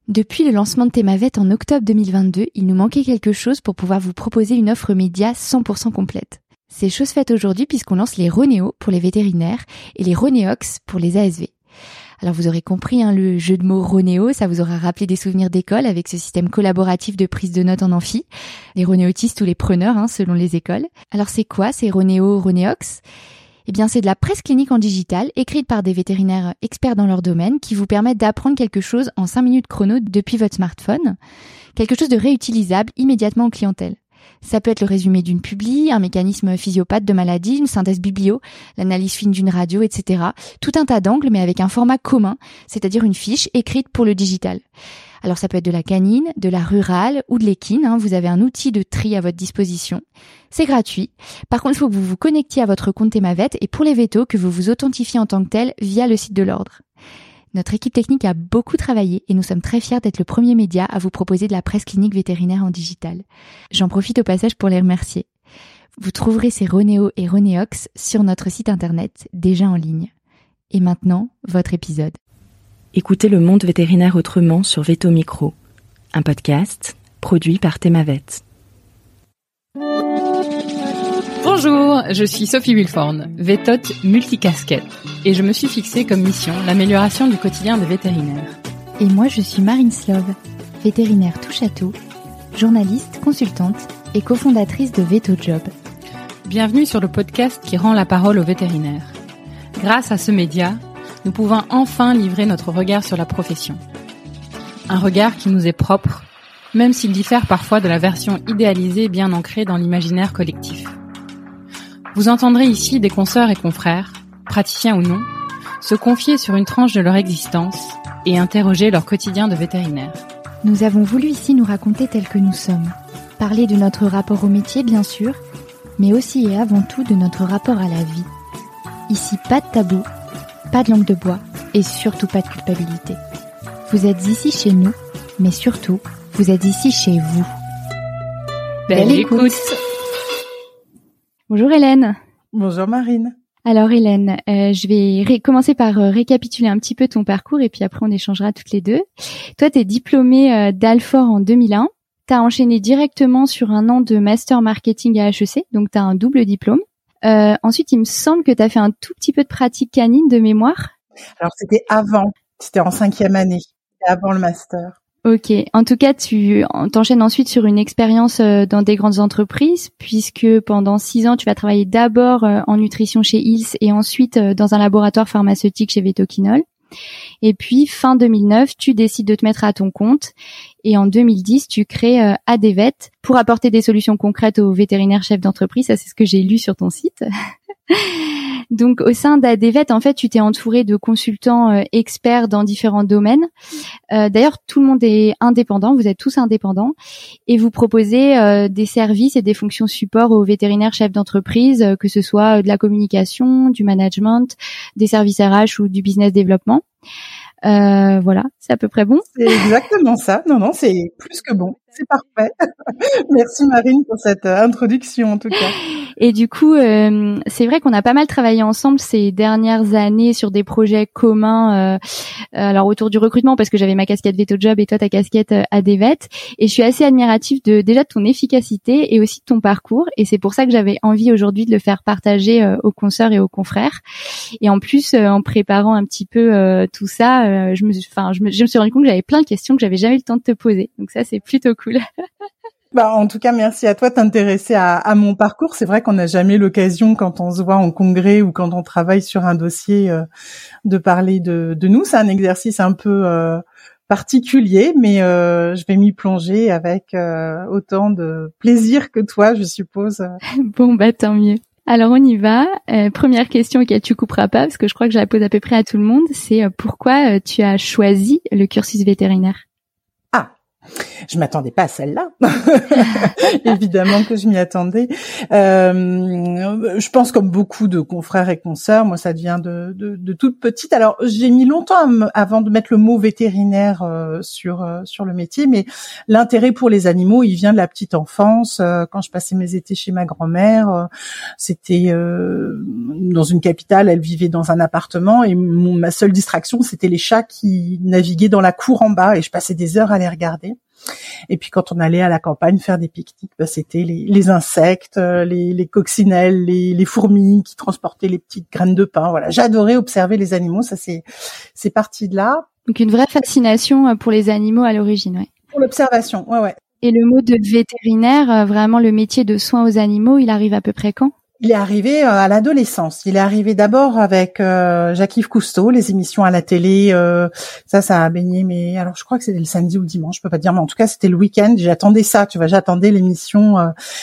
Depuis le lancement de Thémavet en octobre 2022, il nous manquait quelque chose pour pouvoir vous proposer une offre média 100% complète. C'est chose faite aujourd'hui puisqu'on lance les Ronéo pour les vétérinaires et les Ronéox pour les ASV. Alors vous aurez compris, le jeu de mots Ronéo, ça vous aura rappelé des souvenirs d'école avec ce système collaboratif de prise de notes en amphi, les Ronéotistes ou les preneurs selon les écoles. Alors c'est quoi ces Ronéo, Ronéox ? Eh bien, c'est de la presse clinique en digital, écrite par des vétérinaires experts dans leur domaine, qui vous permettent d'apprendre quelque chose en 5 minutes chrono depuis votre smartphone. Quelque chose de réutilisable immédiatement aux clientèles. Ça peut être le résumé d'une publi, un mécanisme physiopathe de maladie, une synthèse biblio, l'analyse fine d'une radio, etc. Tout un tas d'angles, mais avec un format commun, c'est-à-dire une fiche écrite pour le digital. Alors ça peut être de la canine, de la rurale ou de l'équine. Vous avez un outil de tri à votre disposition. C'est gratuit. Par contre, il faut que vous vous connectiez à votre compte Thémavet et pour les vétos, que vous vous authentifiez en tant que tel via le site de l'ordre. Notre équipe technique a beaucoup travaillé et nous sommes très fiers d'être le premier média à vous proposer de la presse clinique vétérinaire en digital. J'en profite au passage pour les remercier. Vous trouverez ces Ronéo et Ronéox sur notre site internet, déjà en ligne. Et maintenant, votre épisode. Écoutez le monde vétérinaire autrement sur Veto Micro, un podcast produit par Thémavet. Bonjour, je suis Sophie Wilforn, vétote multicasquette, et je me suis fixée comme mission l'amélioration du quotidien des vétérinaires. Et moi, je suis Marine Slove, vétérinaire touche à tout, journaliste, consultante et cofondatrice de Veto Job. Bienvenue sur le podcast qui rend la parole aux vétérinaires. Grâce à ce média, nous pouvons enfin livrer notre regard sur la profession. Un regard qui nous est propre, même s'il diffère parfois de la version idéalisée bien ancrée dans l'imaginaire collectif. Vous entendrez ici des consoeurs et confrères, praticiens ou non, se confier sur une tranche de leur existence et interroger leur quotidien de vétérinaire. Nous avons voulu ici nous raconter tels que nous sommes, parler de notre rapport au métier bien sûr, mais aussi et avant tout de notre rapport à la vie. Ici, pas de tabou, pas de langue de bois et surtout pas de culpabilité. Vous êtes ici chez nous, mais surtout, vous êtes ici chez vous. Belle écoute. Bonjour Hélène. Bonjour Marine. Alors Hélène, je vais commencer par récapituler un petit peu ton parcours et puis après on échangera toutes les deux. Toi, t'es diplômée d'Alfort en 2001. T'as enchaîné directement sur un an de master marketing à HEC, donc t'as un double diplôme. Ensuite, il me semble que tu as fait un tout petit peu de pratique canine de mémoire. Alors, c'était en 5e année, c'était avant le master. Ok. En tout cas, tu t'enchaînes ensuite sur une expérience dans des grandes entreprises, puisque pendant 6 ans, tu vas travailler d'abord en nutrition chez Hills et ensuite dans un laboratoire pharmaceutique chez Vetoquinol. Et puis, fin 2009, tu décides de te mettre à ton compte. Et en 2010, tu crées ADVET pour apporter des solutions concrètes aux vétérinaires chefs d'entreprise. Ça, c'est ce que j'ai lu sur ton site. Donc, au sein d'ADVET, en fait, tu t'es entouré de consultants experts dans différents domaines. D'ailleurs, tout le monde est indépendant. Vous êtes tous indépendants. Et vous proposez des services et des fonctions support aux vétérinaires chefs d'entreprise, que ce soit de la communication, du management, des services RH ou du business développement. Voilà, c'est à peu près bon. C'est exactement ça. Non, c'est plus que bon. C'est parfait. Merci Marine pour cette introduction en tout cas. Et du coup, c'est vrai qu'on a pas mal travaillé ensemble ces dernières années sur des projets communs. Alors autour du recrutement, parce que j'avais ma casquette Veto Job et toi ta casquette ADVET. Et je suis assez admirative déjà de ton efficacité et aussi de ton parcours. Et c'est pour ça que j'avais envie aujourd'hui de le faire partager aux consoeurs et aux confrères. Et en plus, en préparant un petit peu tout ça, je me suis rendu compte que j'avais plein de questions que j'avais jamais eu le temps de te poser. Donc ça, c'est plutôt cool. En tout cas, merci à toi de t'intéresser à mon parcours. C'est vrai qu'on n'a jamais l'occasion, quand on se voit en congrès ou quand on travaille sur un dossier, de parler de nous. C'est un exercice un peu particulier, mais je vais m'y plonger avec autant de plaisir que toi, je suppose. Bon, tant mieux. Alors on y va. Première question auquel tu couperas pas, parce que je crois que je la pose à peu près à tout le monde, c'est pourquoi tu as choisi le cursus vétérinaire? Je m'attendais pas à celle-là. Évidemment que je m'y attendais. Je pense comme beaucoup de confrères et consoeurs, moi ça vient de toute petite. Alors j'ai mis longtemps avant de mettre le mot vétérinaire sur le métier, mais l'intérêt pour les animaux, il vient de la petite enfance. Quand je passais mes étés chez ma grand-mère, c'était dans une capitale, elle vivait dans un appartement et ma seule distraction, c'était les chats qui naviguaient dans la cour en bas et je passais des heures à les regarder. Et puis quand on allait à la campagne faire des pique-niques, c'était les insectes, les coccinelles, les fourmis qui transportaient les petites graines de pain. Voilà, j'adorais observer les animaux, ça c'est parti de là. Donc une vraie fascination pour les animaux à l'origine, ouais. Pour l'observation, ouais. Et le mot de vétérinaire, vraiment le métier de soins aux animaux, il arrive à peu près quand ? Il est arrivé à l'adolescence. Il est arrivé d'abord avec Jacques-Yves Cousteau, les émissions à la télé. Ça a baigné. Mais alors, je crois que c'était le samedi ou le dimanche, je peux pas dire, mais en tout cas, c'était le week-end. J'attendais ça, tu vois. J'attendais l'émission,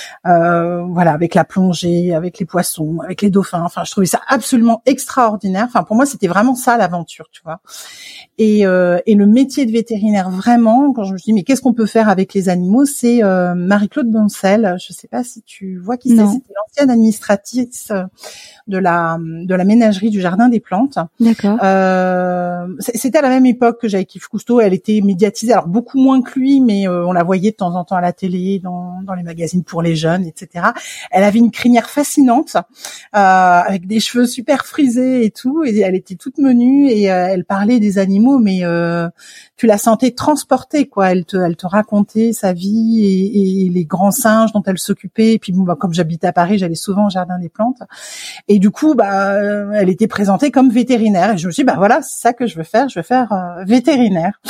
voilà, avec la plongée, avec les poissons, avec les dauphins. Enfin, je trouvais ça absolument extraordinaire. Enfin, pour moi, c'était vraiment ça l'aventure, tu vois. Et le métier de vétérinaire, vraiment, quand je me dis mais qu'est-ce qu'on peut faire avec les animaux, c'est Marie-Claude Boncel. Je sais pas si tu vois qui c'est. C'était l'ancienne administratrice de la ménagerie du Jardin des Plantes. D'accord. C'était à la même époque que Jacques-Yves Cousteau. Elle était médiatisée, alors beaucoup moins que lui, mais on la voyait de temps en temps à la télé, dans les magazines pour les jeunes, etc. Elle avait une crinière fascinante, avec des cheveux super frisés et tout, et elle était toute menue et elle parlait des animaux, mais tu la sentais transportée, quoi. Elle te racontait sa vie et les grands singes dont elle s'occupait. Et puis bon, comme j'habitais à Paris, j'allais souvent au Jardin des Plantes. Et du coup, elle était présentée comme vétérinaire. Et je me suis dit, voilà, c'est ça que je veux faire. Je veux faire vétérinaire.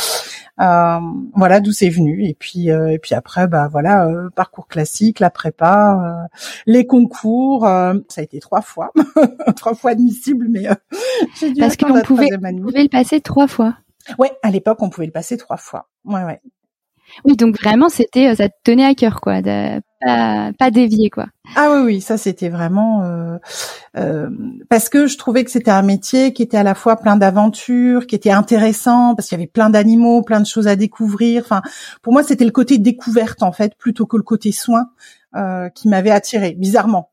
Voilà d'où c'est venu. Et puis après, voilà, parcours classique, la prépa, les concours. Ça a été 3 fois, 3 fois admissible, mais j'ai dû parce qu'on pouvait le passer 3 fois. Ouais, à l'époque, on pouvait le passer 3 fois. Ouais. Oui, donc vraiment, ça te tenait à cœur, quoi, de pas dévier, quoi. Ah oui, ça c'était vraiment parce que je trouvais que c'était un métier qui était à la fois plein d'aventures, qui était intéressant parce qu'il y avait plein d'animaux, plein de choses à découvrir. Enfin, pour moi, c'était le côté découverte en fait, plutôt que le côté soin qui m'avait attirée, bizarrement.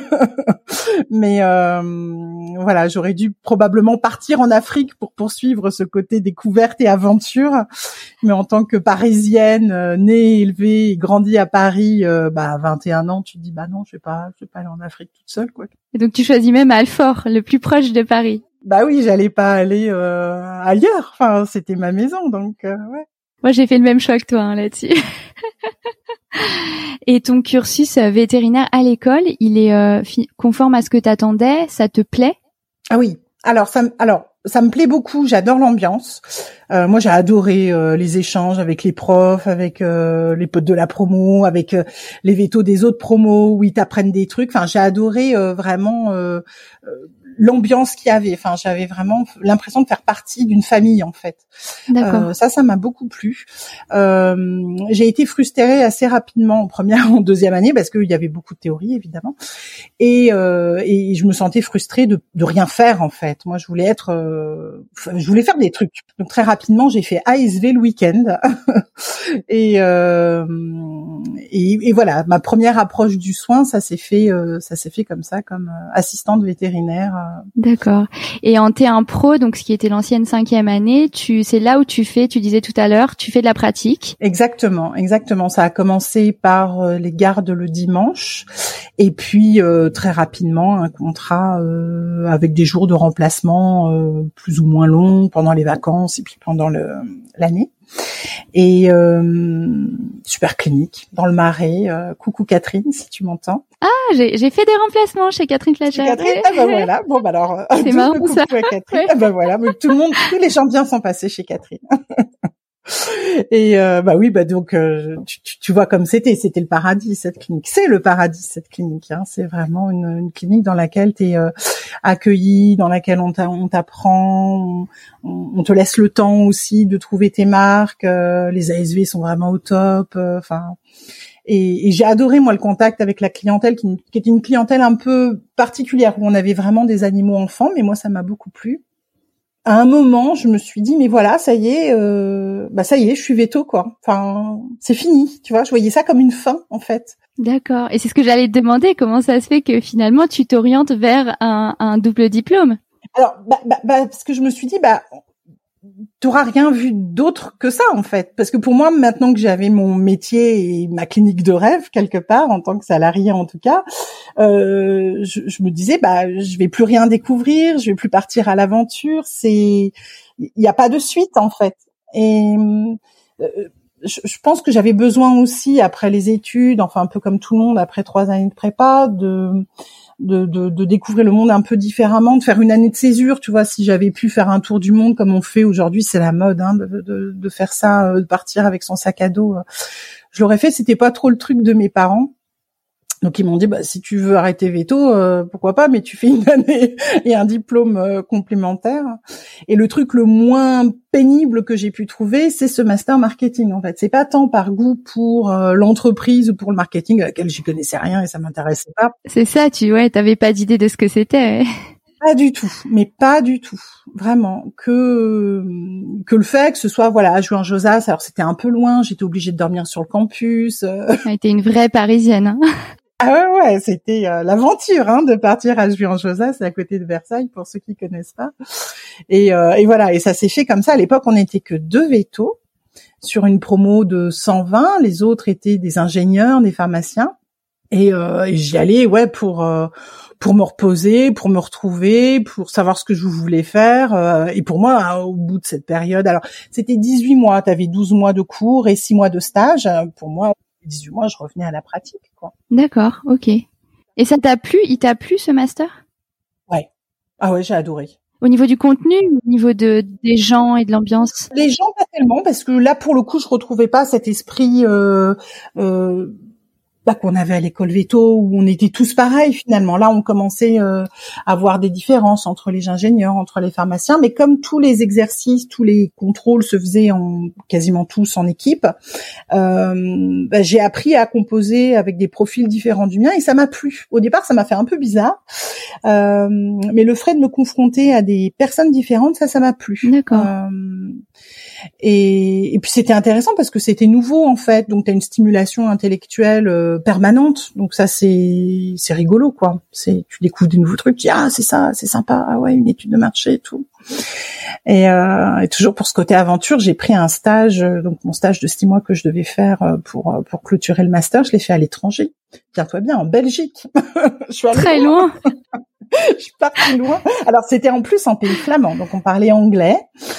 Mais voilà, j'aurais dû probablement partir en Afrique pour poursuivre ce côté découverte et aventure. Mais en tant que Parisienne, née, élevée, grandie à Paris, à 21 ans, tu te dis non, je vais pas aller en Afrique toute seule, quoi. Et donc tu choisis même Alfort, le plus proche de Paris. Bah oui, j'allais pas aller ailleurs. Enfin, c'était ma maison, donc ouais. Moi, j'ai fait le même choix que toi là-dessus. Et ton cursus vétérinaire à l'école, il est conforme à ce que t'attendais? Ça te plaît? Ah oui. Alors ça me plaît beaucoup. J'adore l'ambiance. Moi, j'ai adoré les échanges avec les profs, avec les potes de la promo, avec les vétos des autres promos où ils t'apprennent des trucs. Enfin, j'ai adoré vraiment l'ambiance qu'il y avait. Enfin, j'avais vraiment l'impression de faire partie d'une famille, en fait. D'accord. Ça m'a beaucoup plu. J'ai été frustrée assez rapidement en première, en deuxième année, parce qu'il y avait beaucoup de théorie, évidemment. Et je me sentais frustrée de rien faire, en fait. Moi, je voulais faire des trucs. Donc, très rapidement, j'ai fait ASV le week-end. et voilà, ma première approche du soin, ça s'est fait comme ça, comme assistante vétérinaire. D'accord. Et en T1 Pro, donc ce qui était l'ancienne 5e année, c'est là où tu disais tout à l'heure, tu fais de la pratique. Exactement. Ça a commencé par les gardes le dimanche, et puis très rapidement un contrat avec des jours de remplacement plus ou moins longs pendant les vacances et puis pendant l'année. Et super clinique dans le Marais. Coucou Catherine, si tu m'entends. Ah, j'ai fait des remplacements chez Catherine Fletcher. Catherine, voilà. Bon alors, c'est marrant coucou ça. À Catherine. Voilà, tous les gens bien sont passés chez Catherine. Et donc tu vois comme c'était le paradis cette clinique. C'est le paradis cette clinique. Hein. C'est vraiment une clinique dans laquelle t'es accueilli, dans laquelle on t'apprend, on te laisse le temps aussi de trouver tes marques. Les ASV sont vraiment au top. Et j'ai adoré moi le contact avec la clientèle qui était une clientèle un peu particulière où on avait vraiment des animaux enfants, mais moi ça m'a beaucoup plu. à un moment, je me suis dit mais voilà, ça y est, je suis veto quoi. Enfin, c'est fini, tu vois. Je voyais ça comme une fin en fait. D'accord. Et c'est ce que j'allais te demander. Comment ça se fait que finalement tu t'orientes vers un double diplôme? Alors, parce que je me suis dit t'auras rien vu d'autre que ça en fait, parce que pour moi maintenant que j'avais mon métier et ma clinique de rêve quelque part en tant que salarié en tout cas, je me disais je vais plus rien découvrir, je vais plus partir à l'aventure, il y a pas de suite en fait. Et je pense que j'avais besoin aussi après les études, enfin un peu comme tout le monde après 3 années de prépa, de découvrir le monde un peu différemment, de faire une année de césure, tu vois, si j'avais pu faire un tour du monde comme on fait aujourd'hui, c'est la mode, de faire ça, de partir avec son sac à dos. Je l'aurais fait, c'était pas trop le truc de mes parents. Donc ils m'ont dit, si tu veux arrêter veto, pourquoi pas, mais tu fais une année et un diplôme complémentaire. Et le truc le moins pénible que j'ai pu trouver, c'est ce master marketing. En fait, c'est pas tant par goût pour l'entreprise ou pour le marketing à laquelle j'y connaissais rien et ça m'intéressait pas. C'est ça, t'avais pas d'idée de ce que c'était. Ouais. Pas du tout, mais pas du tout. Vraiment, que le fait que ce soit, à Juin-Josas, alors c'était un peu loin, j'étais obligée de dormir sur le campus. T'es une vraie Parisienne, hein. Ah ouais, c'était l'aventure de partir à Juan-Josas, c'est à côté de Versailles pour ceux qui connaissent pas. Et voilà, et ça s'est fait comme ça. À l'époque, on n'était que 2 vétos sur une promo de 120, les autres étaient des ingénieurs, des pharmaciens. Et j'y allais pour me reposer, pour me retrouver, pour savoir ce que je voulais faire. Et pour moi, au bout de cette période, alors c'était 18 mois, t'avais 12 mois de cours et 6 mois de stage. Pour moi, 18 mois, je revenais à la pratique, quoi. D'accord, ok. Et ça t'a plu? Il t'a plu ce master? Ouais. Ah ouais, j'ai adoré. Au niveau du contenu, au niveau des gens et de l'ambiance? Les gens, pas tellement, parce que là, pour le coup, je retrouvais pas cet esprit qu'on avait à l'école veto où on était tous pareils finalement. Là, on commençait à voir des différences entre les ingénieurs, entre les pharmaciens, mais comme tous les exercices, tous les contrôles se faisaient quasiment tous en équipe, j'ai appris à composer avec des profils différents du mien et ça m'a plu. Au départ, ça m'a fait un peu bizarre, mais le fait de me confronter à des personnes différentes, ça m'a plu. D'accord. Et puis c'était intéressant parce que c'était nouveau en fait, donc t'as une stimulation intellectuelle permanente, donc ça c'est rigolo quoi. Tu découvres des nouveaux trucs, tu dis c'est ça, c'est sympa, ah ouais, une étude de marché et tout. Et toujours pour ce côté aventure, j'ai pris un stage, donc mon stage de 6 mois que je devais faire pour clôturer le master, je l'ai fait à l'étranger. Tiens-toi bien, en Belgique. Je suis allée très loin. Je suis partie loin. Alors c'était en plus en pays flamand, donc on parlait anglais.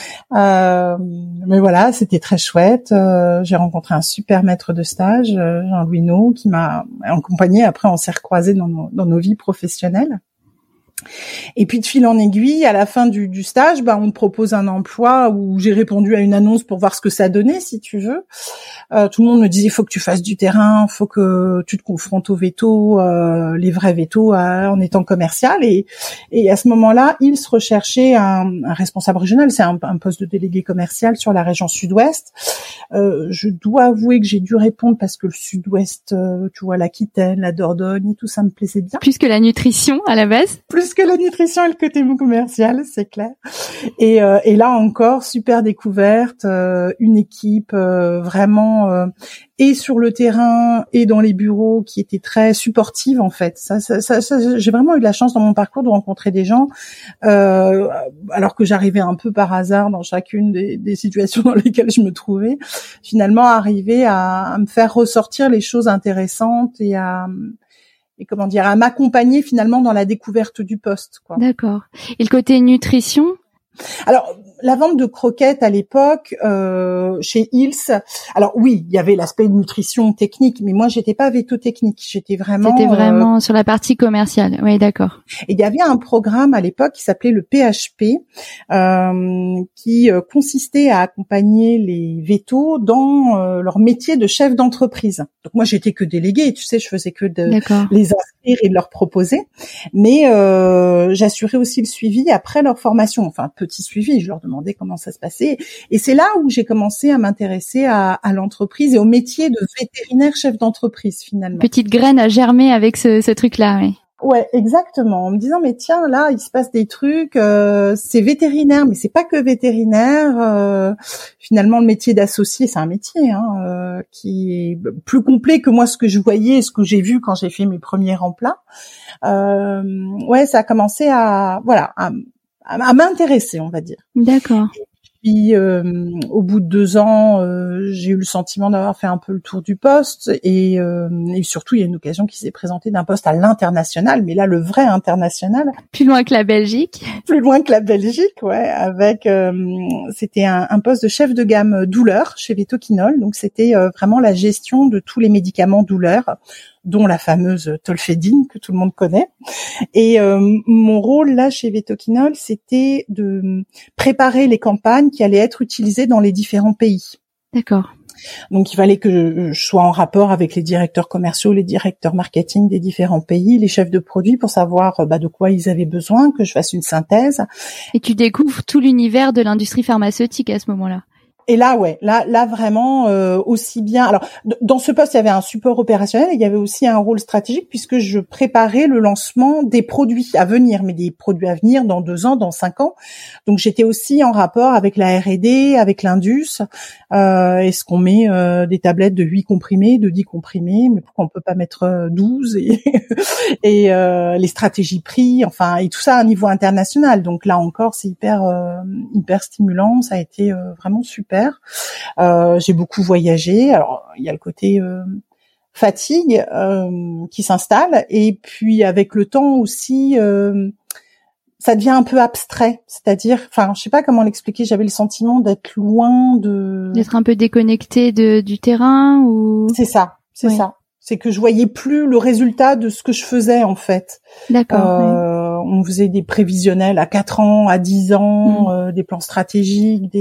Mais voilà, c'était très chouette. J'ai rencontré un super maître de stage, Jean-Louis No, qui m'a accompagné. Après, on s'est recroisés dans nos vies professionnelles. Et puis de fil en aiguille, à la fin du stage, on me propose un emploi où j'ai répondu à une annonce pour voir ce que ça donnait, si tu veux. Tout le monde me disait, faut que tu fasses du terrain, faut que tu te confrontes aux vétos, les vrais vétos, en étant commercial. Et à ce moment-là, ils se recherchaient un responsable régional, c'est un poste de délégué commercial sur la région sud-ouest. Je dois avouer que j'ai dû répondre parce que le sud-ouest, tu vois, l'Aquitaine, la Dordogne, tout ça me plaisait bien. Plus que la nutrition à la base. Plus que la nutrition et le côté commercial, c'est clair. Et là encore, super découverte, une équipe vraiment et sur le terrain et dans les bureaux qui était très supportive en fait. Ça, j'ai vraiment eu de la chance dans mon parcours de rencontrer des gens, alors que j'arrivais un peu par hasard dans chacune des situations dans lesquelles je me trouvais. Finalement, arriver à me faire ressortir les choses intéressantes et à m'accompagner finalement dans la découverte du poste, quoi. D'accord. Et le côté nutrition? Alors, la vente de croquettes à l'époque chez Hills. Alors oui, il y avait l'aspect de nutrition technique, mais moi j'étais pas veto technique, C'était vraiment sur la partie commerciale. Oui, d'accord. Et il y avait un programme à l'époque qui s'appelait le PHP, qui consistait à accompagner les vétos dans leur métier de chef d'entreprise. Donc moi j'étais que déléguée, tu sais, je faisais que de les inscrire et de leur proposer, mais j'assurais aussi le suivi après leur formation. Enfin, petit suivi, je leur demandais comment ça se passait. Et c'est là où j'ai commencé à m'intéresser à l'entreprise et au métier de vétérinaire chef d'entreprise finalement. Petite graine a germé avec ce truc-là, oui. Ouais, exactement. En me disant mais tiens, là, il se passe des trucs, c'est vétérinaire, mais c'est pas que vétérinaire. Finalement, le métier d'associé, c'est un métier qui est plus complet que moi ce que je voyais et ce que j'ai vu quand j'ai fait mes premiers remplats. Ouais, ça a commencé à m'intéresser, on va dire. D'accord. Puis au bout de 2 ans, j'ai eu le sentiment d'avoir fait un peu le tour du poste et surtout il y a une occasion qui s'est présentée d'un poste à l'international, mais là le vrai international. Plus loin que la Belgique. Plus loin que la Belgique, ouais, avec c'était un poste de chef de gamme douleur chez Vetoquinol, donc c'était vraiment la gestion de tous les médicaments douleurs, dont la fameuse tolfédine que tout le monde connaît. Et mon rôle là chez Vetoquinol, c'était de préparer les campagnes qui allaient être utilisées dans les différents pays. D'accord. Donc il fallait que je sois en rapport avec les directeurs commerciaux, les directeurs marketing des différents pays, les chefs de produits pour savoir de quoi ils avaient besoin, que je fasse une synthèse. Et tu découvres tout l'univers de l'industrie pharmaceutique à ce moment-là. Et là, ouais, là vraiment aussi bien. Alors, dans ce poste, il y avait un support opérationnel et il y avait aussi un rôle stratégique puisque je préparais le lancement des produits à venir, mais des produits à venir dans 2 ans, dans 5 ans. Donc, j'étais aussi en rapport avec la R&D, avec l'Indus. Est-ce qu'on met des tablettes de 8 comprimés, de 10 comprimés, mais pourquoi on peut pas mettre 12 et les stratégies prix, enfin, et tout ça à un niveau international. Donc là encore, c'est hyper stimulant. Ça a été vraiment super. J'ai beaucoup voyagé. Alors il y a le côté fatigue qui s'installe et puis avec le temps aussi ça devient un peu abstrait, c'est-à-dire je sais pas comment l'expliquer, j'avais le sentiment d'être loin d'être un peu déconnecté du terrain ou C'est ça. C'est que je voyais plus le résultat de ce que je faisais en fait. D'accord. On faisait des prévisionnels à 4 ans, à 10 ans, des plans stratégiques,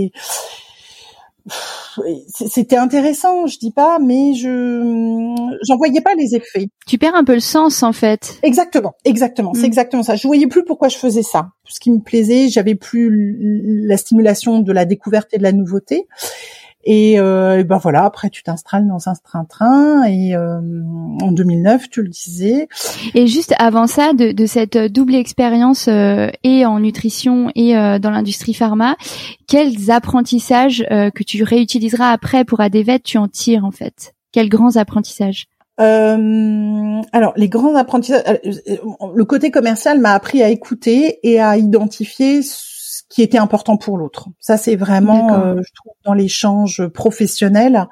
c'était intéressant, je dis pas, mais j'en voyais pas les effets. Tu perds un peu le sens en fait. Exactement, c'est exactement ça. Je voyais plus pourquoi je faisais ça. Ce qui me plaisait, j'avais plus la stimulation de la découverte et de la nouveauté. Et voilà, après tu t'installes dans un train-train et en 2009, tu le disais. Et juste avant ça, de cette double expérience et en nutrition et dans l'industrie pharma, quels apprentissages que tu réutiliseras après pour ADVET tu en tires en fait? Quels grands apprentissages? Alors les grands apprentissages, le côté commercial m'a appris à écouter et à identifier ce qui était important pour l'autre. Ça c'est vraiment, je trouve, dans l'échange professionnel,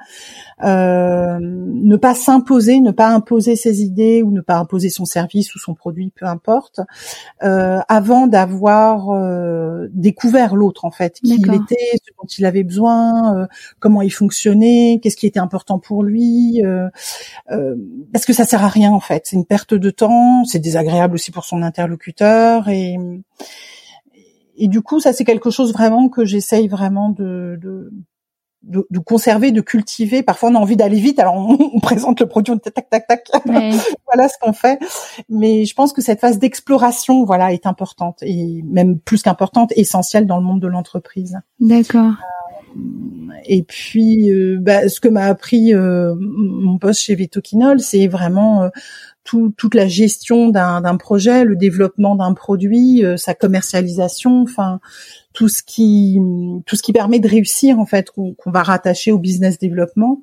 ne pas s'imposer, ne pas imposer ses idées ou ne pas imposer son service ou son produit, peu importe, avant d'avoir découvert l'autre en fait, qui il était, ce dont il avait besoin, comment il fonctionnait, qu'est-ce qui était important pour lui, parce que ça sert à rien en fait, c'est une perte de temps, c'est désagréable aussi pour son interlocuteur et du coup, ça c'est quelque chose vraiment que j'essaye vraiment de conserver, de cultiver. Parfois, on a envie d'aller vite, alors on présente le produit, on tac tac tac. Ouais. Voilà ce qu'on fait. Mais je pense que cette phase d'exploration, est importante et même plus qu'importante, essentielle dans le monde de l'entreprise. D'accord. Et puis, ce que m'a appris mon poste chez Vetoquinol, c'est vraiment toute la gestion d'un projet, le développement d'un produit, sa commercialisation, tout ce qui permet de réussir en fait, qu'on va rattacher au business développement,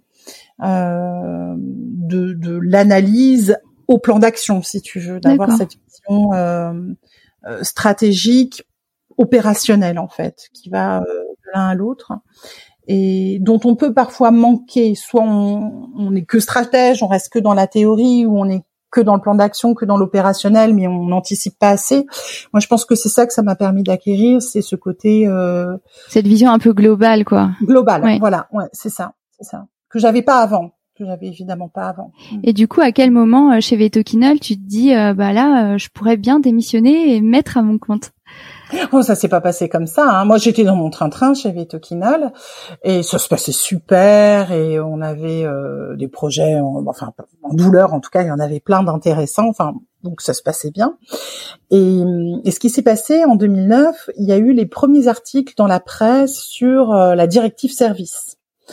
de l'analyse au plan d'action, si tu veux, d'avoir cette vision stratégique, opérationnelle en fait, qui va de l'un à l'autre. Et dont on peut parfois manquer, soit on est que stratège, on reste que dans la théorie, ou on est que dans le plan d'action, que dans l'opérationnel, mais on n'anticipe pas assez. Moi, je pense que c'est ça que ça m'a permis d'acquérir, c'est ce côté... cette vision un peu globale, quoi. Globale, voilà, c'est ça. Que j'avais pas avant, que j'avais évidemment pas avant. Et du coup, à quel moment, chez Vetoquinol, tu te dis, je pourrais bien démissionner et mettre à mon compte? Oh, ça s'est pas passé comme ça, hein. Moi, j'étais dans mon train-train chez Vetoquinol et ça se passait super et on avait des projets, en douleur en tout cas, il y en avait plein d'intéressants. Donc ça se passait bien. Et ce qui s'est passé en 2009, il y a eu les premiers articles dans la presse sur la directive service,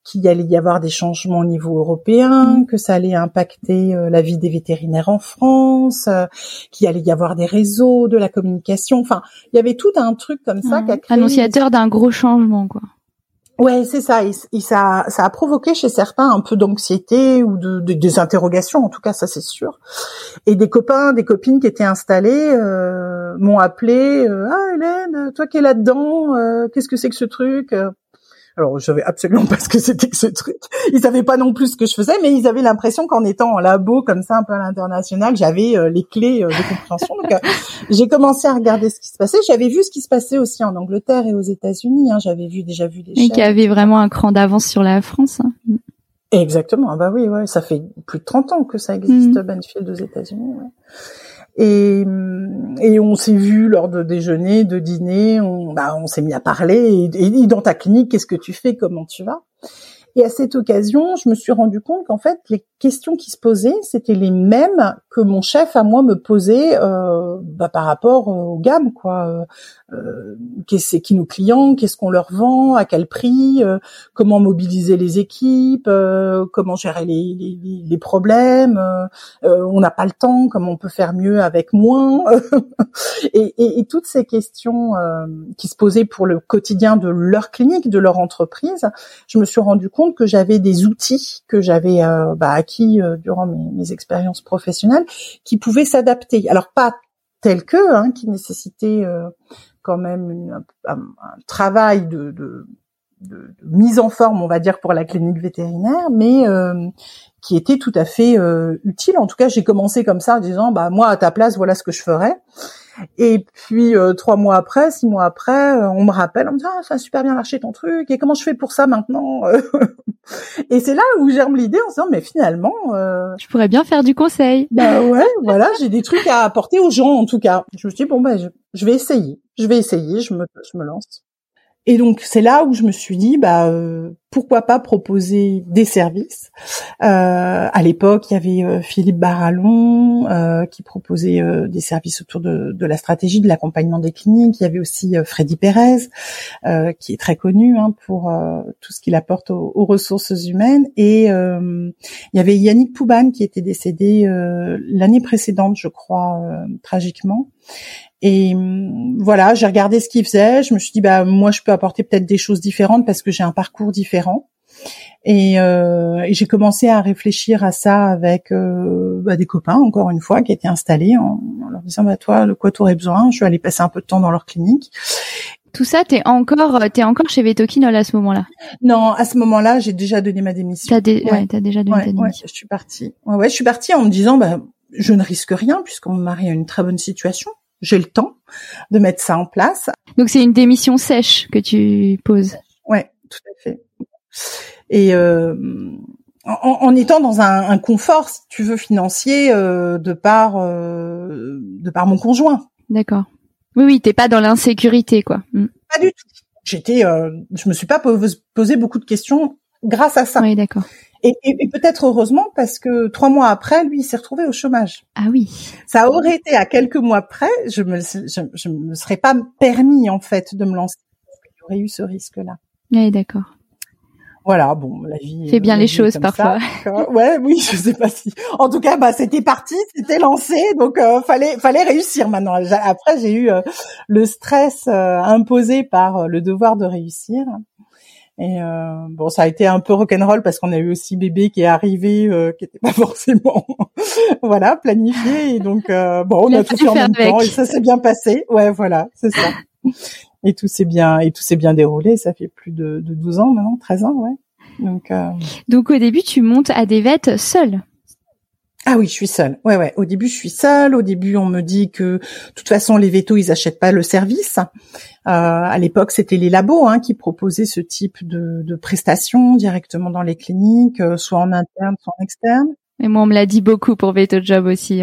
qu'il allait y avoir des changements au niveau européen, que ça allait impacter la vie des vétérinaires en France, qu'il allait y avoir des réseaux, de la communication. Enfin, il y avait tout un truc comme ça qui a créé... Annonciateur d'un gros changement, quoi. Ouais, c'est ça. Et ça a provoqué chez certains un peu d'anxiété ou des interrogations, en tout cas, ça c'est sûr. Et des copains, des copines qui étaient installés m'ont appelé. Ah Hélène, toi qui es là-dedans, qu'est-ce que c'est que ce truc? Alors, je savais absolument pas ce que c'était que ce truc. Ils savaient pas non plus ce que je faisais, mais ils avaient l'impression qu'en étant en labo comme ça, un peu à l'international, j'avais les clés de compréhension. Donc, j'ai commencé à regarder ce qui se passait. J'avais vu ce qui se passait aussi en Angleterre et aux États-Unis. Hein. J'avais déjà vu des chaînes. Et qui avait vraiment un cran d'avance sur la France. Hein. Exactement. Ah bah oui, ouais. Ça fait plus de 30 ans que ça existe, Benfield aux États-Unis. Ouais. Et on s'est vu lors de déjeuner, de dîner, on s'est mis à parler, et dans ta clinique, qu'est-ce que tu fais, comment tu vas? Et à cette occasion, je me suis rendu compte qu'en fait, les questions qui se posaient, c'était les mêmes que mon chef à moi me posait par rapport aux gammes, quoi. C'est qui nos clients, qu'est-ce qu'on leur vend, à quel prix, comment mobiliser les équipes, comment gérer les problèmes, on n'a pas le temps, comment on peut faire mieux avec moins, et toutes ces questions qui se posaient pour le quotidien de leur clinique, de leur entreprise, je me suis rendu compte que j'avais des outils que j'avais acquis durant mes expériences professionnelles qui pouvaient s'adapter. Alors pas tels que, qui nécessitaient quand même un travail de mise en forme, on va dire, pour la clinique vétérinaire, mais qui était tout à fait utile. En tout cas, j'ai commencé comme ça en disant, moi à ta place, voilà ce que je ferais. Et puis 6 mois après, on me rappelle, on me dit ça a super bien marché ton truc, et comment je fais pour ça maintenant? Et c'est là où germe l'idée en se disant mais finalement je pourrais bien faire du conseil. Ouais, voilà, j'ai des trucs à apporter aux gens en tout cas. Je me suis dit je vais essayer, je me lance. Et donc c'est là où je me suis dit pourquoi pas proposer des services. À l'époque, il y avait Philippe Barallon qui proposait des services autour de la stratégie de l'accompagnement des cliniques. Il y avait aussi Freddy Pérez qui est très connu pour tout ce qu'il apporte aux ressources humaines. Et il y avait Yannick Pouban qui était décédé l'année précédente, je crois, tragiquement. Et voilà, j'ai regardé ce qu'il faisait. Je me suis dit, moi, je peux apporter peut-être des choses différentes parce que j'ai un parcours différent. Et j'ai commencé à réfléchir à ça avec des copains, encore une fois, qui étaient installés en leur disant, toi, de quoi tu aurais besoin? Je vais aller passer un peu de temps dans leur clinique. Tout ça, t'es encore chez Vetoquinol à ce moment-là? Non, à ce moment-là, j'ai déjà donné ma démission. T'as déjà donné ta démission. Ouais, je suis partie. Ouais, je suis partie en me disant, je ne risque rien puisqu'on me marie à une très bonne situation. J'ai le temps de mettre ça en place. Donc c'est une démission sèche que tu poses. Ouais, tout à fait. Et en étant dans un confort, si tu veux, financier, de par mon conjoint. D'accord. Oui, t'es pas dans l'insécurité, quoi. Pas du tout. Je me suis pas posé beaucoup de questions grâce à ça. Oui, d'accord. Et peut-être heureusement parce que 3 mois après, lui, il s'est retrouvé au chômage. Ah oui. Ça aurait été à quelques mois près, je me serais pas permis en fait de me lancer parce qu'il y aurait eu ce risque-là. Oui, d'accord. Voilà, la vie fait bien les choses parfois. Ouais, oui, je sais pas si. En tout cas, c'était parti, c'était lancé, donc fallait réussir maintenant. Après, j'ai eu le stress imposé par le devoir de réussir. Et ça a été un peu rock'n'roll parce qu'on a eu aussi bébé qui est arrivé, qui était pas forcément planifié. Et donc on a tout fait en même temps et ça s'est bien passé. Ouais, voilà, c'est ça. Et tout s'est bien déroulé. Ça fait plus de 12 ans maintenant, 13 ans, ouais. Donc au début, tu montes à des vêtes seule. Ah oui, je suis seule. Ouais. Au début, je suis seule. Au début, on me dit que, de toute façon, les vétos, ils achètent pas le service. À l'époque, c'était les labos, qui proposaient ce type de prestations directement dans les cliniques, soit en interne, soit en externe. Et moi, on me l'a dit beaucoup pour VetoJob aussi.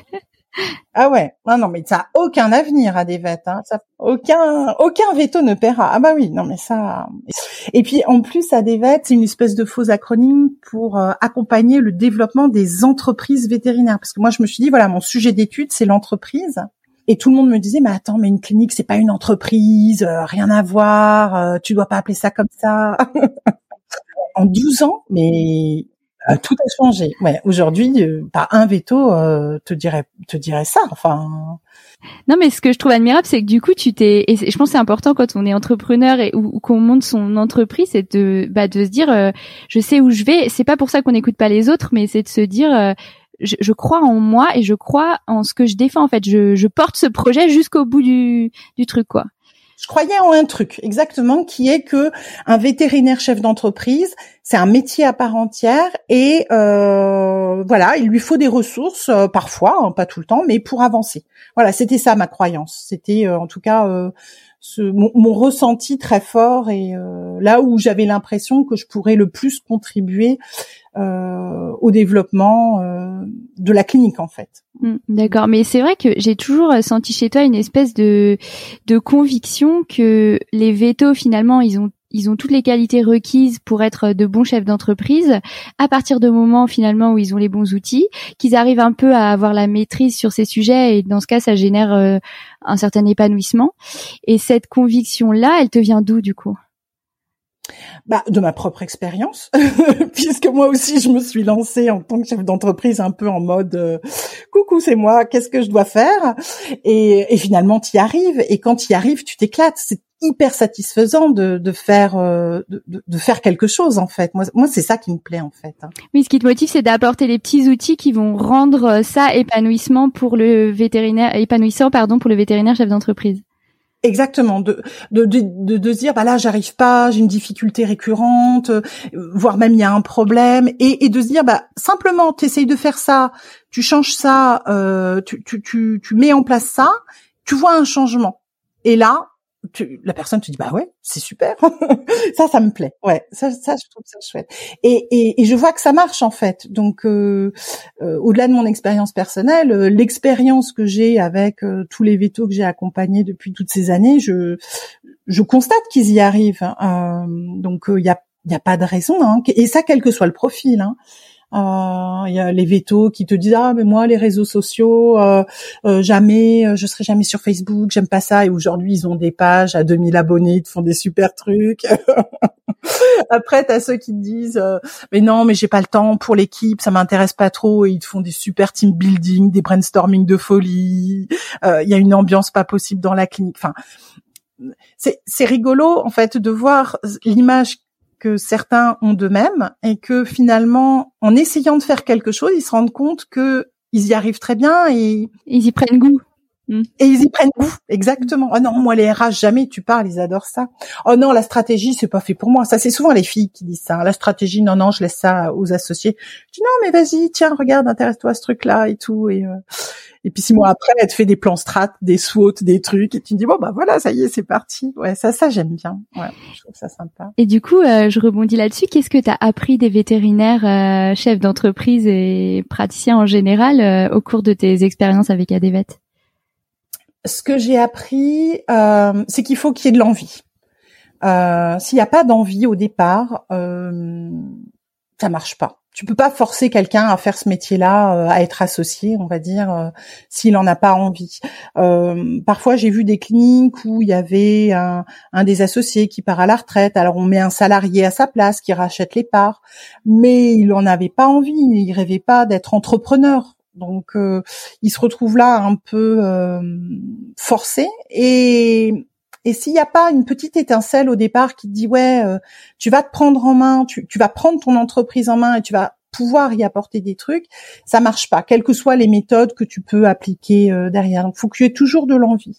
Ah ouais. Non, mais ça a aucun avenir à des vêtes, Ça, aucun veto ne paiera. Ah oui, non, mais ça. Et puis, en plus, à des vêtes, c'est une espèce de faux acronyme pour accompagner le développement des entreprises vétérinaires. Parce que moi, je me suis dit, voilà, mon sujet d'étude, c'est l'entreprise. Et tout le monde me disait, mais attends, mais une clinique, c'est pas une entreprise, rien à voir, tu dois pas appeler ça comme ça. En 12 ans, mais tout a changé. Ouais, aujourd'hui, pas un veto te dirait ça. Enfin. Non, mais ce que je trouve admirable, c'est que du coup, et je pense que c'est important quand on est entrepreneur ou qu'on monte son entreprise, c'est de se dire, je sais où je vais. C'est pas pour ça qu'on n'écoute pas les autres, mais c'est de se dire, je crois en moi et je crois en ce que je défends. En fait, je porte ce projet jusqu'au bout du truc, quoi. Je croyais en un truc, exactement, qui est que un vétérinaire chef d'entreprise, c'est un métier à part entière et voilà, il lui faut des ressources parfois, hein, pas tout le temps, mais pour avancer. Voilà, c'était ça ma croyance. C'était en tout cas mon ressenti très fort et là où j'avais l'impression que je pourrais le plus contribuer au développement de la clinique en fait. D'accord, mais c'est vrai que j'ai toujours senti chez toi une espèce de conviction que les vétos finalement ils ont toutes les qualités requises pour être de bons chefs d'entreprise à partir du moment finalement où ils ont les bons outils, qu'ils arrivent un peu à avoir la maîtrise sur ces sujets et dans ce cas ça génère un certain épanouissement. Et cette conviction-là, elle te vient d'où du coup ? De ma propre expérience, puisque moi aussi je me suis lancée en tant que chef d'entreprise un peu en mode coucou c'est moi, qu'est-ce que je dois faire et finalement t'y arrives et quand t'y arrives tu t'éclates, c'est hyper satisfaisant de faire quelque chose en fait. Moi c'est ça qui me plaît en fait. Oui, ce qui te motive c'est d'apporter les petits outils qui vont rendre ça épanouissant pour le vétérinaire chef d'entreprise. Exactement, de se dire là j'arrive pas, j'ai une difficulté récurrente, voire même il y a un problème et de se dire simplement t'essayes de faire ça, tu changes ça, tu mets en place ça, tu vois un changement et là la personne te dit ouais c'est super ça me plaît ouais ça je trouve ça chouette et je vois que ça marche en fait donc au-delà de mon expérience personnelle l'expérience que j'ai avec tous les vétos que j'ai accompagnés depuis toutes ces années je constate qu'ils y arrivent donc il y a pas de raison et ça quel que soit le profil il y a les vétos qui te disent mais moi les réseaux sociaux jamais je serai jamais sur Facebook, j'aime pas ça et aujourd'hui ils ont des pages à 2000 abonnés, ils te font des super trucs. Après t'as ceux qui te disent mais non mais j'ai pas le temps pour l'équipe, ça m'intéresse pas trop et ils te font des super team building, des brainstorming de folie. Il y a une ambiance pas possible dans la clinique. Enfin c'est rigolo en fait de voir l'image que certains ont d'eux-mêmes et que finalement, en essayant de faire quelque chose, ils se rendent compte que ils y arrivent très bien et ils y prennent goût. Et ils y prennent goût, exactement. Oh non, moi les RH jamais tu parles, ils adorent ça. Oh non, la stratégie c'est pas fait pour moi. Ça c'est souvent les filles qui disent ça. La stratégie, non, je laisse ça aux associés. Je dis non, mais vas-y, tiens, regarde, intéresse-toi à ce truc-là et tout. Et puis 6 mois après, elle te fait des plans strat, des SWOT, des trucs, et tu te dis voilà, ça y est, c'est parti. Ouais, ça j'aime bien. Ouais, je trouve ça sympa. Et du coup, je rebondis là-dessus. Qu'est-ce que t'as appris des vétérinaires, chefs d'entreprise et praticiens en général au cours de tes expériences avec ADVET ? Ce que j'ai appris, c'est qu'il faut qu'il y ait de l'envie. S'il n'y a pas d'envie au départ, ça marche pas. Tu peux pas forcer quelqu'un à faire ce métier-là, à être associé, on va dire, s'il en a pas envie. Parfois, j'ai vu des cliniques où il y avait un des associés qui part à la retraite. Alors, on met un salarié à sa place qui rachète les parts, mais il en avait pas envie. Il rêvait pas d'être entrepreneur. Donc, il se retrouve là un peu forcé et s'il n'y a pas une petite étincelle au départ qui te dit tu vas te prendre en main, tu vas prendre ton entreprise en main et tu vas pouvoir y apporter des trucs, ça marche pas, quelles que soient les méthodes que tu peux appliquer derrière. Donc, il faut que tu aies toujours de l'envie.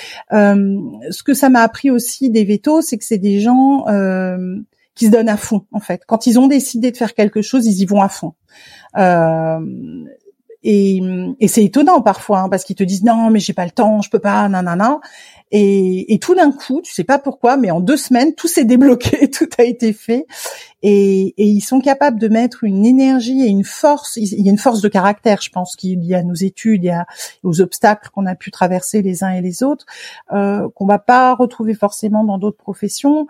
Ce que ça m'a appris aussi des vétos, c'est que c'est des gens qui se donnent à fond, en fait. Quand ils ont décidé de faire quelque chose, ils y vont à fond. Et c'est étonnant parfois parce qu'ils te disent non mais j'ai pas le temps, je peux pas, nanana. Et tout d'un coup, tu sais pas pourquoi, mais en 2 semaines, tout s'est débloqué, tout a été fait. Et ils sont capables de mettre une énergie et une force. Il y a une force de caractère, je pense, qui est liée à nos études et aux obstacles qu'on a pu traverser les uns et les autres, qu'on va pas retrouver forcément dans d'autres professions,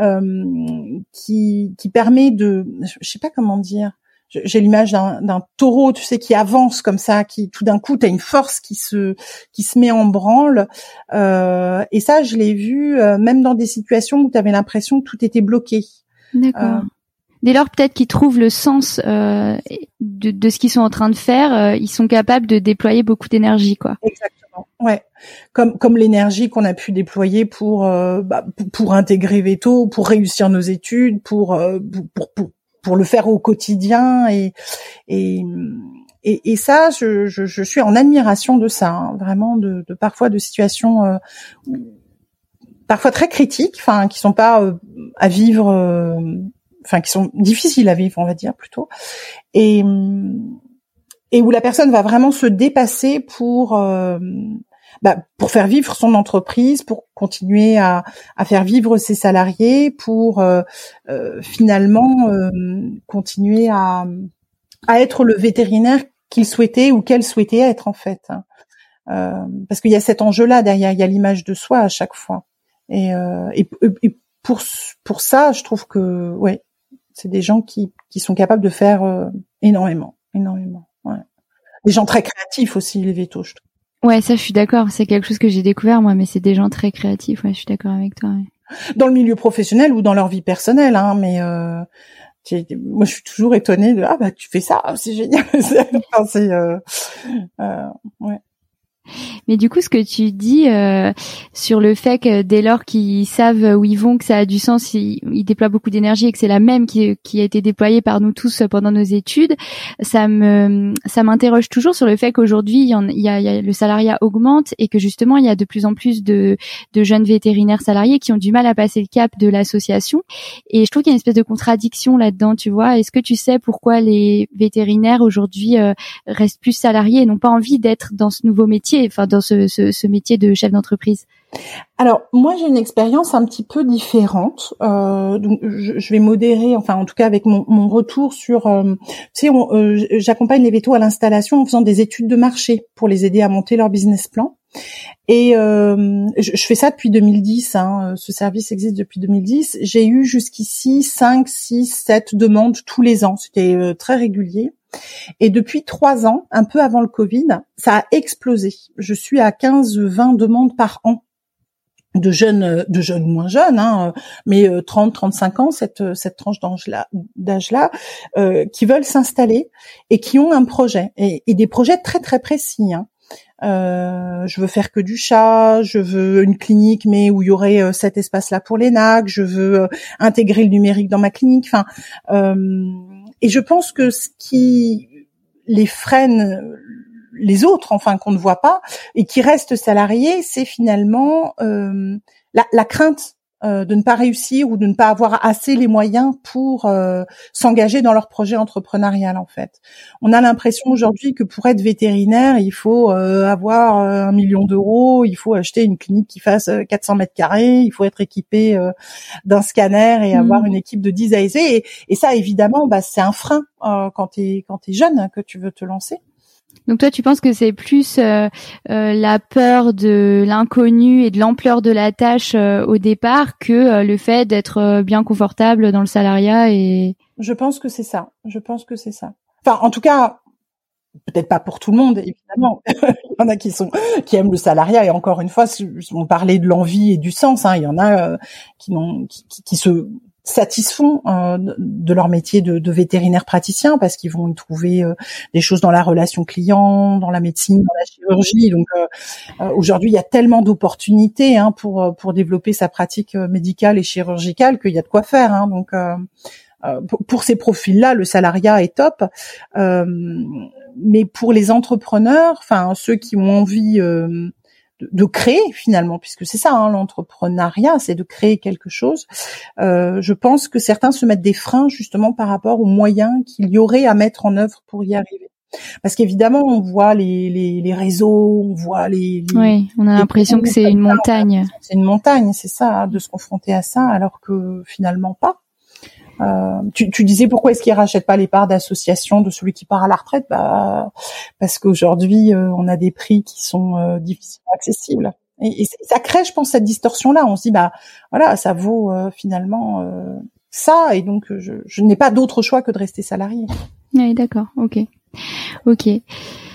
qui permet de, je sais pas comment dire. J'ai l'image d'un taureau, tu sais, qui avance comme ça, qui tout d'un coup t'as une force qui se met en branle. Et ça, je l'ai vu même dans des situations où t'avais l'impression que tout était bloqué. D'accord. Dès lors peut-être qu'ils trouvent le sens de ce qu'ils sont en train de faire, ils sont capables de déployer beaucoup d'énergie, quoi. Exactement. Ouais. Comme l'énergie qu'on a pu déployer pour intégrer Veto, pour réussir nos études, pour le faire au quotidien et ça, je suis en admiration de ça, hein, vraiment de parfois de situations parfois très critiques, enfin qui sont pas à vivre, enfin qui sont difficiles à vivre, on va dire plutôt, et où la personne va vraiment se dépasser pour faire vivre son entreprise, pour continuer à faire vivre ses salariés, pour finalement continuer à être le vétérinaire qu'il souhaitait ou qu'elle souhaitait être en fait. Parce qu'il y a cet enjeu-là derrière, il y a l'image de soi à chaque fois. Et pour ça, je trouve que ouais, c'est des gens qui sont capables de faire énormément. Ouais. Des gens très créatifs aussi, les vétos, je trouve. Ouais, ça je suis d'accord, c'est quelque chose que j'ai découvert moi, mais c'est des gens très créatifs, ouais, je suis d'accord avec toi. Ouais. Dans le milieu professionnel ou dans leur vie personnelle, hein, mais moi je suis toujours étonnée de tu fais ça, c'est génial. Ouais. Mais du coup, ce que tu dis sur le fait que dès lors qu'ils savent où ils vont, que ça a du sens, ils déploient beaucoup d'énergie et que c'est la même qui a été déployée par nous tous pendant nos études, ça m'interroge toujours sur le fait qu'aujourd'hui, il y a le salariat augmente et que justement, il y a de plus en plus de jeunes vétérinaires salariés qui ont du mal à passer le cap de l'association. Et je trouve qu'il y a une espèce de contradiction là-dedans, tu vois. Est-ce que tu sais pourquoi les vétérinaires aujourd'hui restent plus salariés et n'ont pas envie d'être dans ce nouveau métier, enfin dans ce métier de chef d'entreprise? Alors moi j'ai une expérience un petit peu différente, donc je vais modérer, enfin en tout cas avec mon retour sur, j'accompagne les vétos à l'installation en faisant des études de marché pour les aider à monter leur business plan. Et je fais ça depuis 2010, hein, ce service existe depuis 2010. J'ai eu jusqu'ici 5, 6, 7 demandes tous les ans, c'était très régulier. Et depuis 3 ans, un peu avant le Covid, ça a explosé. Je suis à 15-20 demandes par an de jeunes moins jeunes, hein, mais 30-35 ans, cette tranche d'âge-là, qui veulent s'installer et qui ont un projet et des projets très très précis, hein. Je veux faire que du chat, je veux une clinique mais où il y aurait cet espace-là pour les NAC, je veux intégrer le numérique dans ma clinique, enfin et je pense que ce qui les freine, les autres, enfin qu'on ne voit pas, et qui restent salariés, c'est finalement la crainte de ne pas réussir ou de ne pas avoir assez les moyens pour s'engager dans leur projet entrepreneurial en fait. On a l'impression aujourd'hui que pour être vétérinaire, il faut avoir 1 million d'euros, il faut acheter une clinique qui fasse 400 mètres carrés, il faut être équipé d'un scanner et avoir une équipe de 10 AEC et ça évidemment c'est un frein quand t'es jeune que tu veux te lancer. Donc toi, tu penses que c'est plus la peur de l'inconnu et de l'ampleur de la tâche au départ que le fait d'être bien confortable dans le salariat et... Je pense que c'est ça. Enfin, en tout cas, peut-être pas pour tout le monde, évidemment. Il y en a qui aiment le salariat et encore une fois, on parlait de l'envie et du sens, hein. Il y en a qui se satisfont de leur métier de vétérinaire praticien parce qu'ils vont y trouver des choses dans la relation client, dans la médecine, dans la chirurgie. Donc aujourd'hui, il y a tellement d'opportunités pour développer sa pratique médicale et chirurgicale qu'il y a de quoi faire. Hein. Donc pour ces profils-là, le salariat est top. Mais pour les entrepreneurs, enfin ceux qui ont envie de créer finalement, puisque c'est ça, hein, l'entrepreneuriat, c'est de créer quelque chose. Je pense que certains se mettent des freins justement par rapport aux moyens qu'il y aurait à mettre en œuvre pour y arriver. Parce qu'évidemment, on voit les réseaux, on voit oui, on a l'impression que c'est une montagne. C'est une montagne, c'est ça, de se confronter à ça, alors que finalement pas. Tu disais pourquoi est-ce qu'ils rachètent pas les parts d'association de celui qui part à la retraite? Parce qu'aujourd'hui on a des prix qui sont difficilement accessibles et ça crée, je pense, cette distorsion-là. On se dit voilà, ça vaut finalement ça et donc je n'ai pas d'autre choix que de rester salarié. Oui, d'accord, ok.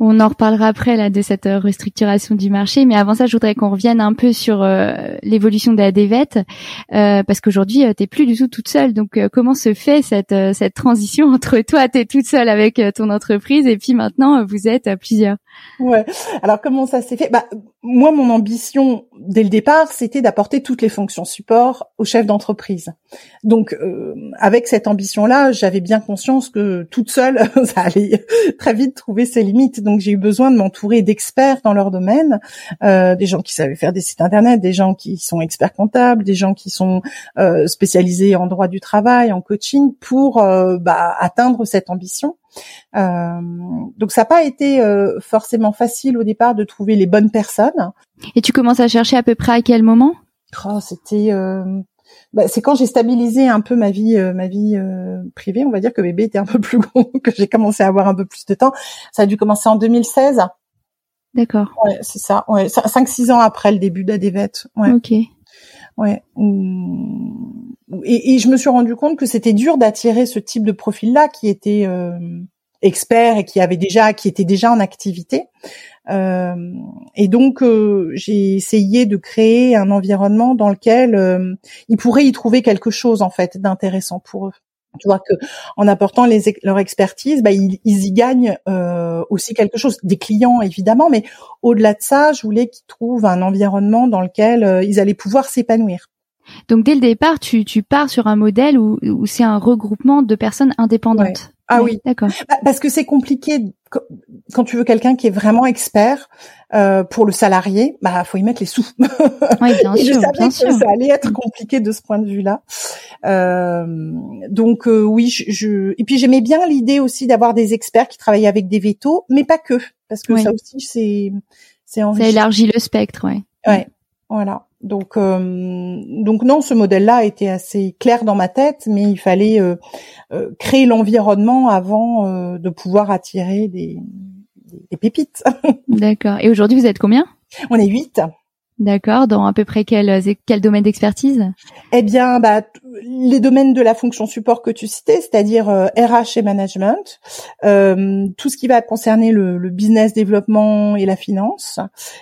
On en reparlera après là de cette restructuration du marché, mais avant ça, je voudrais qu'on revienne un peu sur l'évolution de la DVET, parce qu'aujourd'hui, t'es plus du tout toute seule. Donc, comment se fait cette transition entre toi, t'es toute seule avec ton entreprise, et puis maintenant, vous êtes plusieurs. Ouais. Alors comment ça s'est fait? Moi, mon ambition dès le départ, c'était d'apporter toutes les fonctions support au chef d'entreprise. Donc, avec cette ambition-là, j'avais bien conscience que toute seule, ça allait très vite trouver ses limites. Donc, j'ai eu besoin de m'entourer d'experts dans leur domaine, des gens qui savaient faire des sites internet, des gens qui sont experts comptables, des gens qui sont spécialisés en droit du travail, en coaching, pour atteindre cette ambition. Donc ça n'a pas été forcément facile au départ de trouver les bonnes personnes. Et tu commences à chercher à peu près à quel moment? C'était c'est quand j'ai stabilisé un peu ma vie privée, on va dire que bébé était un peu plus gros, que j'ai commencé à avoir un peu plus de temps. Ça a dû commencer en 2016. D'accord. Ouais, c'est ça. Ouais, 5-6 ans après le début de la DVET. Ouais. OK. Ouais. Et je me suis rendu compte que c'était dur d'attirer ce type de profil-là qui était expert et qui était déjà en activité. Et donc j'ai essayé de créer un environnement dans lequel ils pourraient y trouver quelque chose en fait d'intéressant pour eux. Tu vois que en apportant leur expertise, ils y gagnent aussi quelque chose. Des clients évidemment, mais au-delà de ça, je voulais qu'ils trouvent un environnement dans lequel ils allaient pouvoir s'épanouir. Donc dès le départ, tu pars sur un modèle où c'est un regroupement de personnes indépendantes. Ouais. Ah oui, d'accord. Parce que c'est compliqué quand tu veux quelqu'un qui est vraiment expert pour le salarié, faut y mettre les sous. Oui, bien sûr, je savais bien que sûr. ça allait être compliqué de ce point de vue-là. Donc oui, et puis j'aimais bien l'idée aussi d'avoir des experts qui travaillaient avec des vétos, mais pas que, parce que ça aussi c'est enrichissant. Ça élargit le spectre, ouais. Ouais, voilà. Donc non, ce modèle-là était assez clair dans ma tête, mais il fallait créer l'environnement avant de pouvoir attirer des pépites. D'accord. Et aujourd'hui, vous êtes combien? On est 8. D'accord. Dans à peu près quel domaine d'expertise? Eh bien, les domaines de la fonction support que tu citais, c'est-à-dire RH et management, tout ce qui va concerner le business développement et la finance,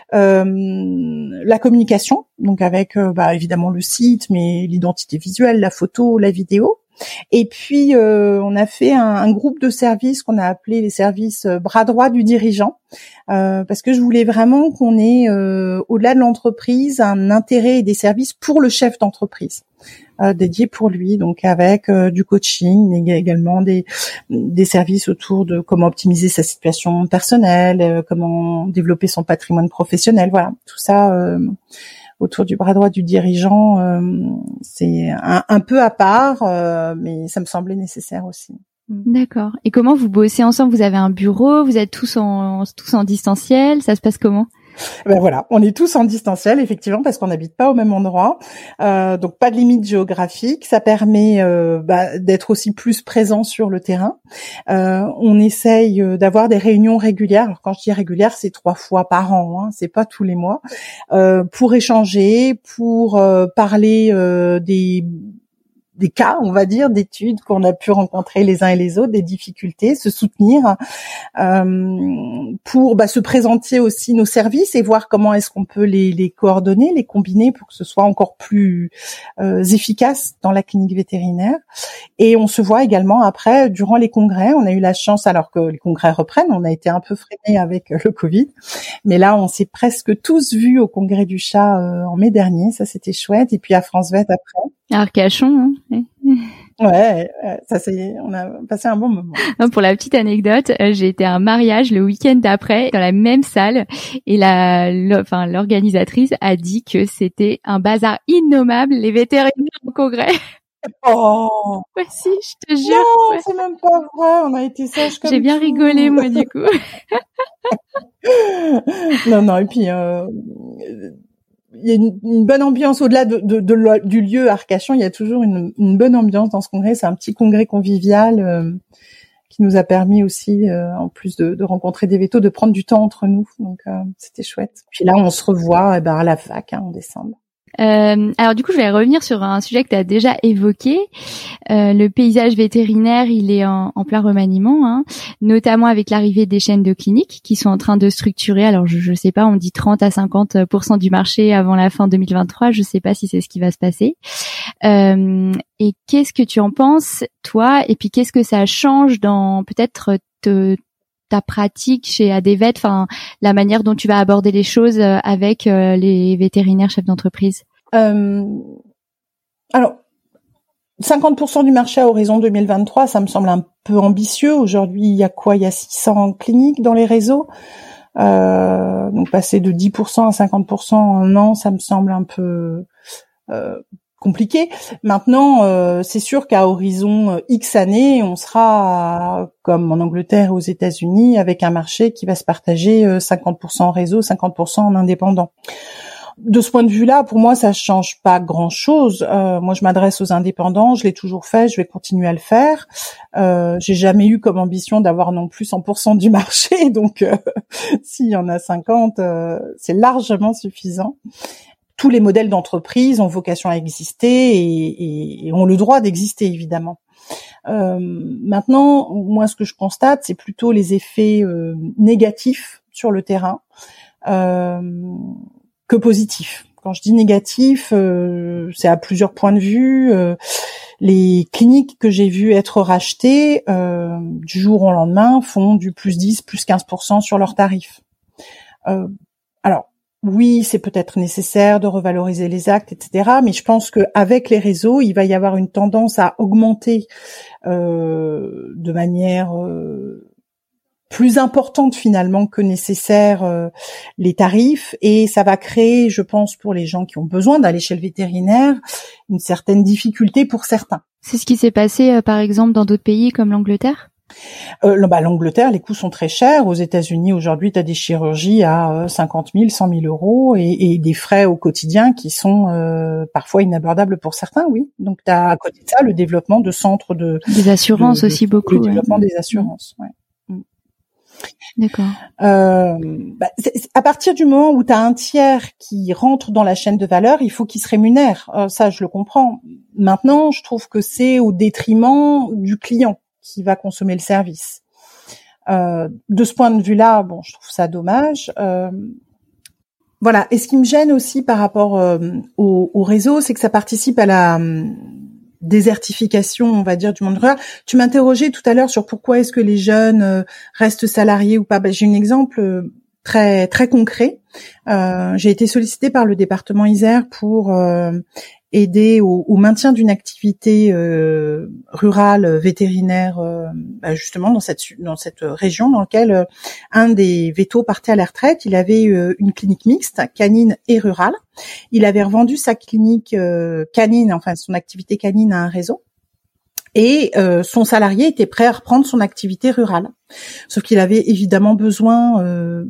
la communication, donc avec évidemment le site, mais l'identité visuelle, la photo, la vidéo. Et puis on a fait un groupe de services qu'on a appelé les services bras droit du dirigeant, parce que je voulais vraiment qu'on ait au-delà de l'entreprise un intérêt et des services pour le chef d'entreprise, dédiés pour lui, donc avec du coaching, mais également des services autour de comment optimiser sa situation personnelle, comment développer son patrimoine professionnel, voilà, tout ça autour du bras droit du dirigeant, c'est un peu à part, mais ça me semblait nécessaire aussi. D'accord. Et comment vous bossez ensemble? Vous avez un bureau? Vous êtes tous en distanciel? Ça se passe comment? Voilà, on est tous en distanciel effectivement parce qu'on n'habite pas au même endroit, donc pas de limite géographique. Ça permet d'être aussi plus présent sur le terrain. On essaye d'avoir des réunions régulières. Alors quand je dis régulières, c'est 3 fois par an, c'est pas tous les mois, pour échanger, pour parler des cas, on va dire, d'études qu'on a pu rencontrer les uns et les autres, des difficultés, se soutenir, pour se présenter aussi nos services et voir comment est-ce qu'on peut les coordonner, les combiner pour que ce soit encore plus efficace dans la clinique vétérinaire. Et on se voit également après, durant les congrès. On a eu la chance, alors que les congrès reprennent, on a été un peu freinés avec le Covid, mais là, on s'est presque tous vus au congrès du chat en mai dernier, ça c'était chouette, et puis à France Vet après. À Arcachon, hein. Ouais, on a passé un bon moment. Pour la petite anecdote, j'ai été à un mariage le week-end d'après dans la même salle et l'organisatrice a dit que c'était un bazar innommable, les vétérinaires au congrès. Oh. Ouais, si, je te jure. Non, c'est même pas vrai, on a été sages comme J'ai bien tout. rigolé, moi, du coup. Non, et puis il y a une bonne ambiance au-delà du lieu Arcachon. Il y a toujours une bonne ambiance dans ce congrès. C'est un petit congrès convivial qui nous a permis aussi, en plus de rencontrer des vétos, de prendre du temps entre nous. Donc c'était chouette. Puis là, on se revoit à la fac en décembre. Alors du coup, je vais revenir sur un sujet que tu as déjà évoqué. Le paysage vétérinaire, il est en plein remaniement, hein, notamment avec l'arrivée des chaînes de cliniques qui sont en train de structurer. Alors je sais pas, on dit 30 à 50% du marché avant la fin 2023. Je sais pas si c'est ce qui va se passer. Et qu'est-ce que tu en penses, toi? Et puis qu'est-ce que ça change dans peut-être ta pratique chez ADVET, enfin la manière dont tu vas aborder les choses avec les vétérinaires chefs d'entreprise? Alors, 50% du marché à horizon 2023, ça me semble un peu ambitieux. Aujourd'hui, il y a quoi? Il y a 600 cliniques dans les réseaux. Donc passer de 10% à 50% en un an, ça me semble un peu compliqué. Maintenant, c'est sûr qu'à horizon X années, on sera comme en Angleterre et aux États-Unis avec un marché qui va se partager 50% en réseau, 50% en indépendant. De ce point de vue-là, pour moi, ça change pas grand-chose. Moi, je m'adresse aux indépendants, je l'ai toujours fait, je vais continuer à le faire. J'ai jamais eu comme ambition d'avoir non plus 100% du marché, donc s'il y en a 50, c'est largement suffisant. Tous les modèles d'entreprise ont vocation à exister et ont le droit d'exister, évidemment. Maintenant, moi, ce que je constate, c'est plutôt les effets négatifs sur le terrain que positifs. Quand je dis négatif, c'est à plusieurs points de vue. Les cliniques que j'ai vues être rachetées, du jour au lendemain, font du plus 10, plus 15% sur leurs tarifs. Alors, oui, c'est peut-être nécessaire de revaloriser les actes, etc. Mais je pense qu'avec les réseaux, il va y avoir une tendance à augmenter de manière plus importante finalement que nécessaire les tarifs, et ça va créer, je pense, pour les gens qui ont besoin d'aller chez le vétérinaire, une certaine difficulté pour certains. C'est ce qui s'est passé par exemple dans d'autres pays comme l'Angleterre? L'Angleterre, les coûts sont très chers. Aux États-Unis, aujourd'hui, tu as des chirurgies à 50 000, 100 000 euros et des frais au quotidien qui sont parfois inabordables pour certains, oui. Donc, tu as à côté de ça le développement de centres des assurances aussi beaucoup. Le développement des assurances, ouais. D'accord. À partir du moment où tu as un tiers qui rentre dans la chaîne de valeur, il faut qu'il se rémunère. Ça, je le comprends. Maintenant, je trouve que c'est au détriment du client qui va consommer le service. De ce point de vue-là, bon, je trouve ça dommage. Voilà. Et ce qui me gêne aussi par rapport au réseau, c'est que ça participe à la désertification, on va dire, du monde rural. Tu m'interrogeais tout à l'heure sur pourquoi est-ce que les jeunes restent salariés ou pas. J'ai un exemple très très concret. J'ai été sollicitée par le département Isère pour aider au maintien d'une activité rurale vétérinaire, justement dans cette région dans laquelle un des vétos partait à la retraite. Il avait une clinique mixte, canine et rurale. Il avait revendu sa clinique canine, enfin son activité canine à un réseau. Et son salarié était prêt à reprendre son activité rurale. Sauf qu'il avait évidemment besoin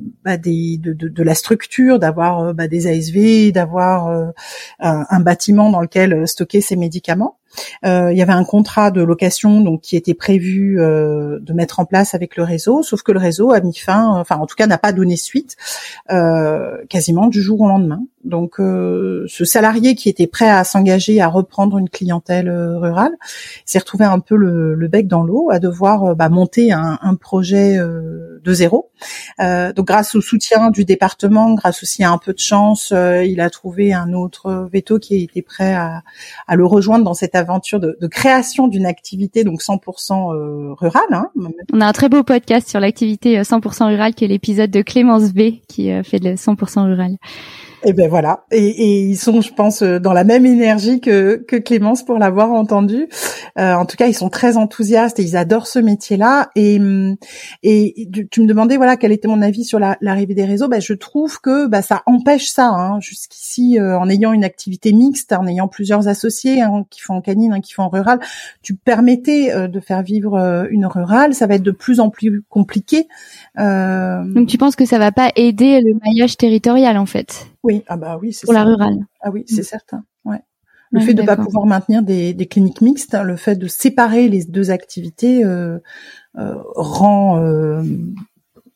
de la structure, d'avoir des ASV, d'avoir un bâtiment dans lequel stocker ses médicaments. Il y avait un contrat de location donc qui était prévu de mettre en place avec le réseau, sauf que le réseau a mis fin, enfin en tout cas n'a pas donné suite quasiment du jour au lendemain. Donc ce salarié qui était prêt à s'engager à reprendre une clientèle rurale s'est retrouvé un peu le bec dans l'eau à devoir monter un projet de zéro. Donc grâce au soutien du département, grâce aussi à un peu de chance, il a trouvé un autre véto qui était prêt à le rejoindre dans cette aventure de création d'une activité donc 100% rurale. Hein. On a un très beau podcast sur l'activité 100% rurale qui est l'épisode de Clémence B qui fait le 100% rural. Et ben voilà, et ils sont, je pense, dans la même énergie que Clémence pour l'avoir entendu. En tout cas, ils sont très enthousiastes et ils adorent ce métier-là. Et tu me demandais voilà quel était mon avis sur l'arrivée des réseaux. Je trouve que ça empêche ça. Hein. Jusqu'ici, en ayant une activité mixte, en ayant plusieurs associés qui font en canine, qui font en rural, tu permettais de faire vivre une rurale. Ça va être de plus en plus compliqué. Donc tu penses que ça va pas aider le maillage territorial en fait? Oui, oui, c'est pour la rurale. Ah oui, c'est certain. Ouais. Le fait de pas pouvoir maintenir des cliniques mixtes, le fait de séparer les deux activités rend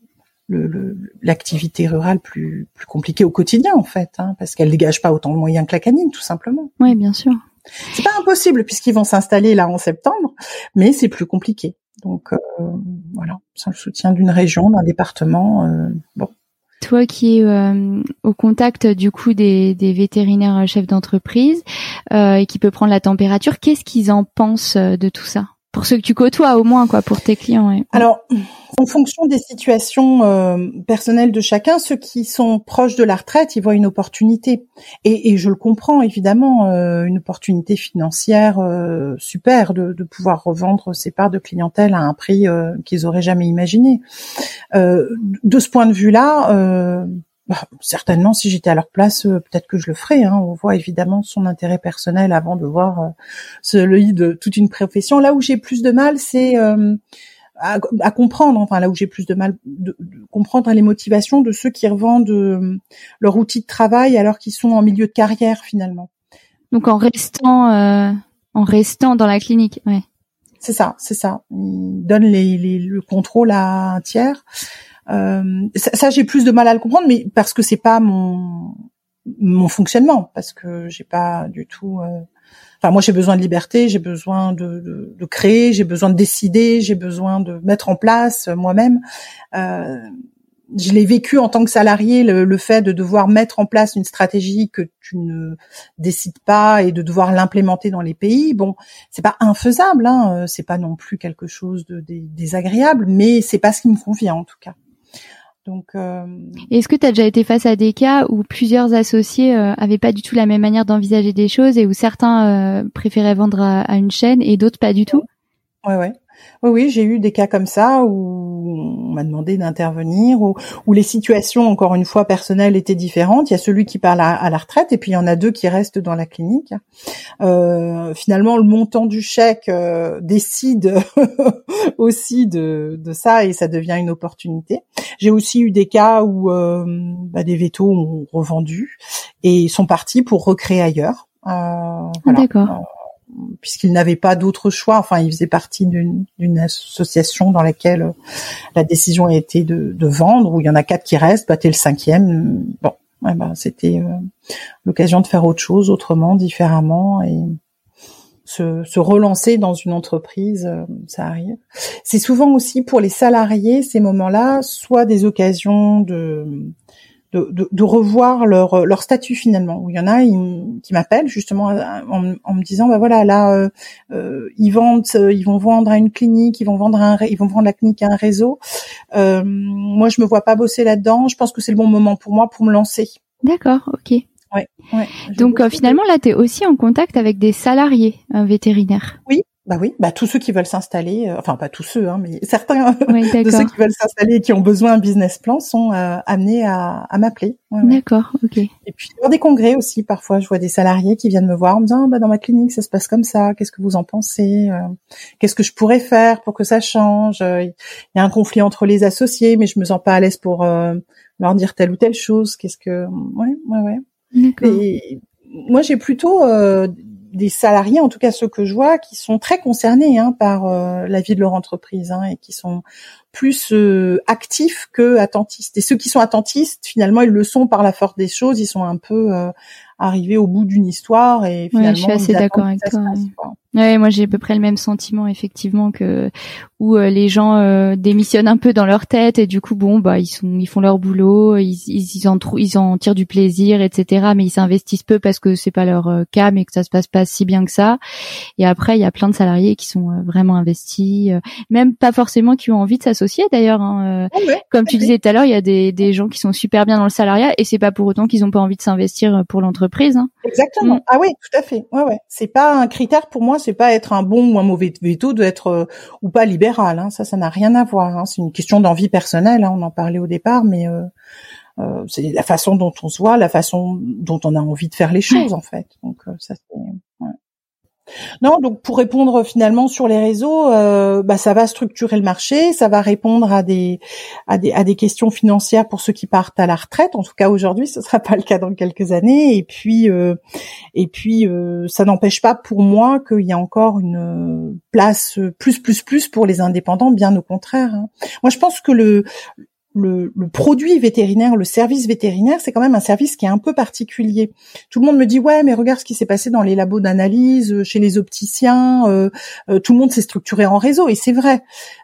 l'activité rurale plus compliquée au quotidien en fait, parce qu'elle dégage pas autant de moyens que la canine, tout simplement. Oui, bien sûr. C'est pas impossible puisqu'ils vont s'installer là en septembre, mais c'est plus compliqué. Donc voilà, sans le soutien d'une région, d'un département, bon. Toi qui es au contact du coup des vétérinaires chefs d'entreprise et qui peut prendre la température, qu'est-ce qu'ils en pensent de tout ça? Pour ceux que tu côtoies au moins, quoi, pour tes clients. Ouais. Alors, en fonction des situations personnelles de chacun, ceux qui sont proches de la retraite, ils voient une opportunité. Et je le comprends, évidemment, une opportunité financière super de pouvoir revendre ces parts de clientèle à un prix qu'ils auraient jamais imaginé. De ce point de vue-là, certainement, si j'étais à leur place, peut-être que je le ferais. On voit évidemment son intérêt personnel avant de voir celui de toute une profession. Là où j'ai plus de mal, c'est à comprendre. Enfin, là où j'ai plus de mal de comprendre les motivations de ceux qui revendent leur outil de travail alors qu'ils sont en milieu de carrière finalement. Donc en restant dans la clinique, ouais. C'est ça. Ils donnent le contrôle à un tiers. Ça j'ai plus de mal à le comprendre, mais parce que c'est pas mon fonctionnement, parce que j'ai pas du tout. Enfin, moi j'ai besoin de liberté, j'ai besoin de créer, j'ai besoin de décider, j'ai besoin de mettre en place moi-même. Je l'ai vécu en tant que salarié, le fait de devoir mettre en place une stratégie que tu ne décides pas et de devoir l'implémenter dans les pays. Bon, c'est pas infaisable, c'est pas non plus quelque chose de désagréable, mais c'est pas ce qui me convient en tout cas. Donc, est-ce que tu as déjà été face à des cas où plusieurs associés avaient pas du tout la même manière d'envisager des choses et où certains préféraient vendre à une chaîne et d'autres pas du tout? Oui, j'ai eu des cas comme ça où on m'a demandé d'intervenir, où les situations, encore une fois, personnelles étaient différentes. Il y a celui qui part à la retraite et puis il y en a deux qui restent dans la clinique. Finalement, le montant du chèque décide aussi de ça et ça devient une opportunité. J'ai aussi eu des cas où des vétos ont revendu et sont partis pour recréer ailleurs. Voilà. D'accord. Puisqu'ils n'avaient pas d'autre choix. Enfin, ils faisaient partie d'une association dans laquelle la décision a été de vendre, où il y en a 4 qui restent, t'es le 5e. Bon, c'était l'occasion de faire autre chose, autrement, différemment, et se relancer dans une entreprise, ça arrive. C'est souvent aussi pour les salariés, ces moments-là, soit des occasions de revoir leur statut finalement, où il y en a qui m'appellent justement en me disant ils vont vendre à une clinique, ils vont vendre la clinique à un réseau. Moi je me vois pas bosser là-dedans, je pense que c'est le bon moment pour moi pour me lancer. D'accord, OK. Ouais. Donc finalement là tu es aussi en contact avec des salariés vétérinaires. Oui. Tous ceux qui veulent s'installer, enfin pas tous ceux, mais certains de ceux qui veulent s'installer et qui ont besoin d'un business plan sont amenés à m'appeler. D'accord, OK. Et puis dans des congrès aussi, parfois je vois des salariés qui viennent me voir en me disant dans ma clinique ça se passe comme ça, qu'est-ce que vous en pensez, qu'est-ce que je pourrais faire pour que ça change. Il y a un conflit entre les associés, mais je me sens pas à l'aise pour leur dire telle ou telle chose. Qu'est-ce que ouais. D'accord. Et moi j'ai plutôt des salariés, en tout cas ceux que je vois, qui sont très concernés par la vie de leur entreprise et qui sont plus actifs que attentistes. Et ceux qui sont attentistes, finalement, ils le sont par la force des choses. Ils sont un peu arrivés au bout d'une histoire et finalement, je suis assez d'accord avec toi. Ouais, moi j'ai à peu près le même sentiment effectivement où les gens démissionnent un peu dans leur tête et du coup ils font leur boulot, ils en tirent du plaisir, etc. Mais ils s'investissent peu parce que c'est pas leur cas, mais que ça se passe pas si bien que ça. Et après il y a plein de salariés qui sont vraiment investis, même pas forcément qui ont envie de s'associer d'ailleurs. Comme tu disais tout à l'heure, il y a des gens qui sont super bien dans le salariat et c'est pas pour autant qu'ils ont pas envie de s'investir pour l'entreprise. Exactement. Ah oui, tout à fait. Ouais. C'est pas un critère pour moi. C'est pas être un bon ou un mauvais veto, d'être ou pas libéral. Ça n'a rien à voir. C'est une question d'envie personnelle. On en parlait au départ, mais c'est la façon dont on se voit, la façon dont on a envie de faire les choses, en fait. Donc ça, c'est. Ouais. Non, donc pour répondre finalement sur les réseaux, ça va structurer le marché, ça va répondre à des questions financières pour ceux qui partent à la retraite. En tout cas aujourd'hui, ce sera pas le cas dans quelques années. Et puis ça n'empêche pas pour moi qu'il y a encore une place plus pour les indépendants, bien au contraire. Moi, je pense que le produit vétérinaire, le service vétérinaire, c'est quand même un service qui est un peu particulier. Tout le monde me dit ouais, mais regarde ce qui s'est passé dans les labos d'analyse, chez les opticiens, tout le monde s'est structuré en réseau, et c'est vrai.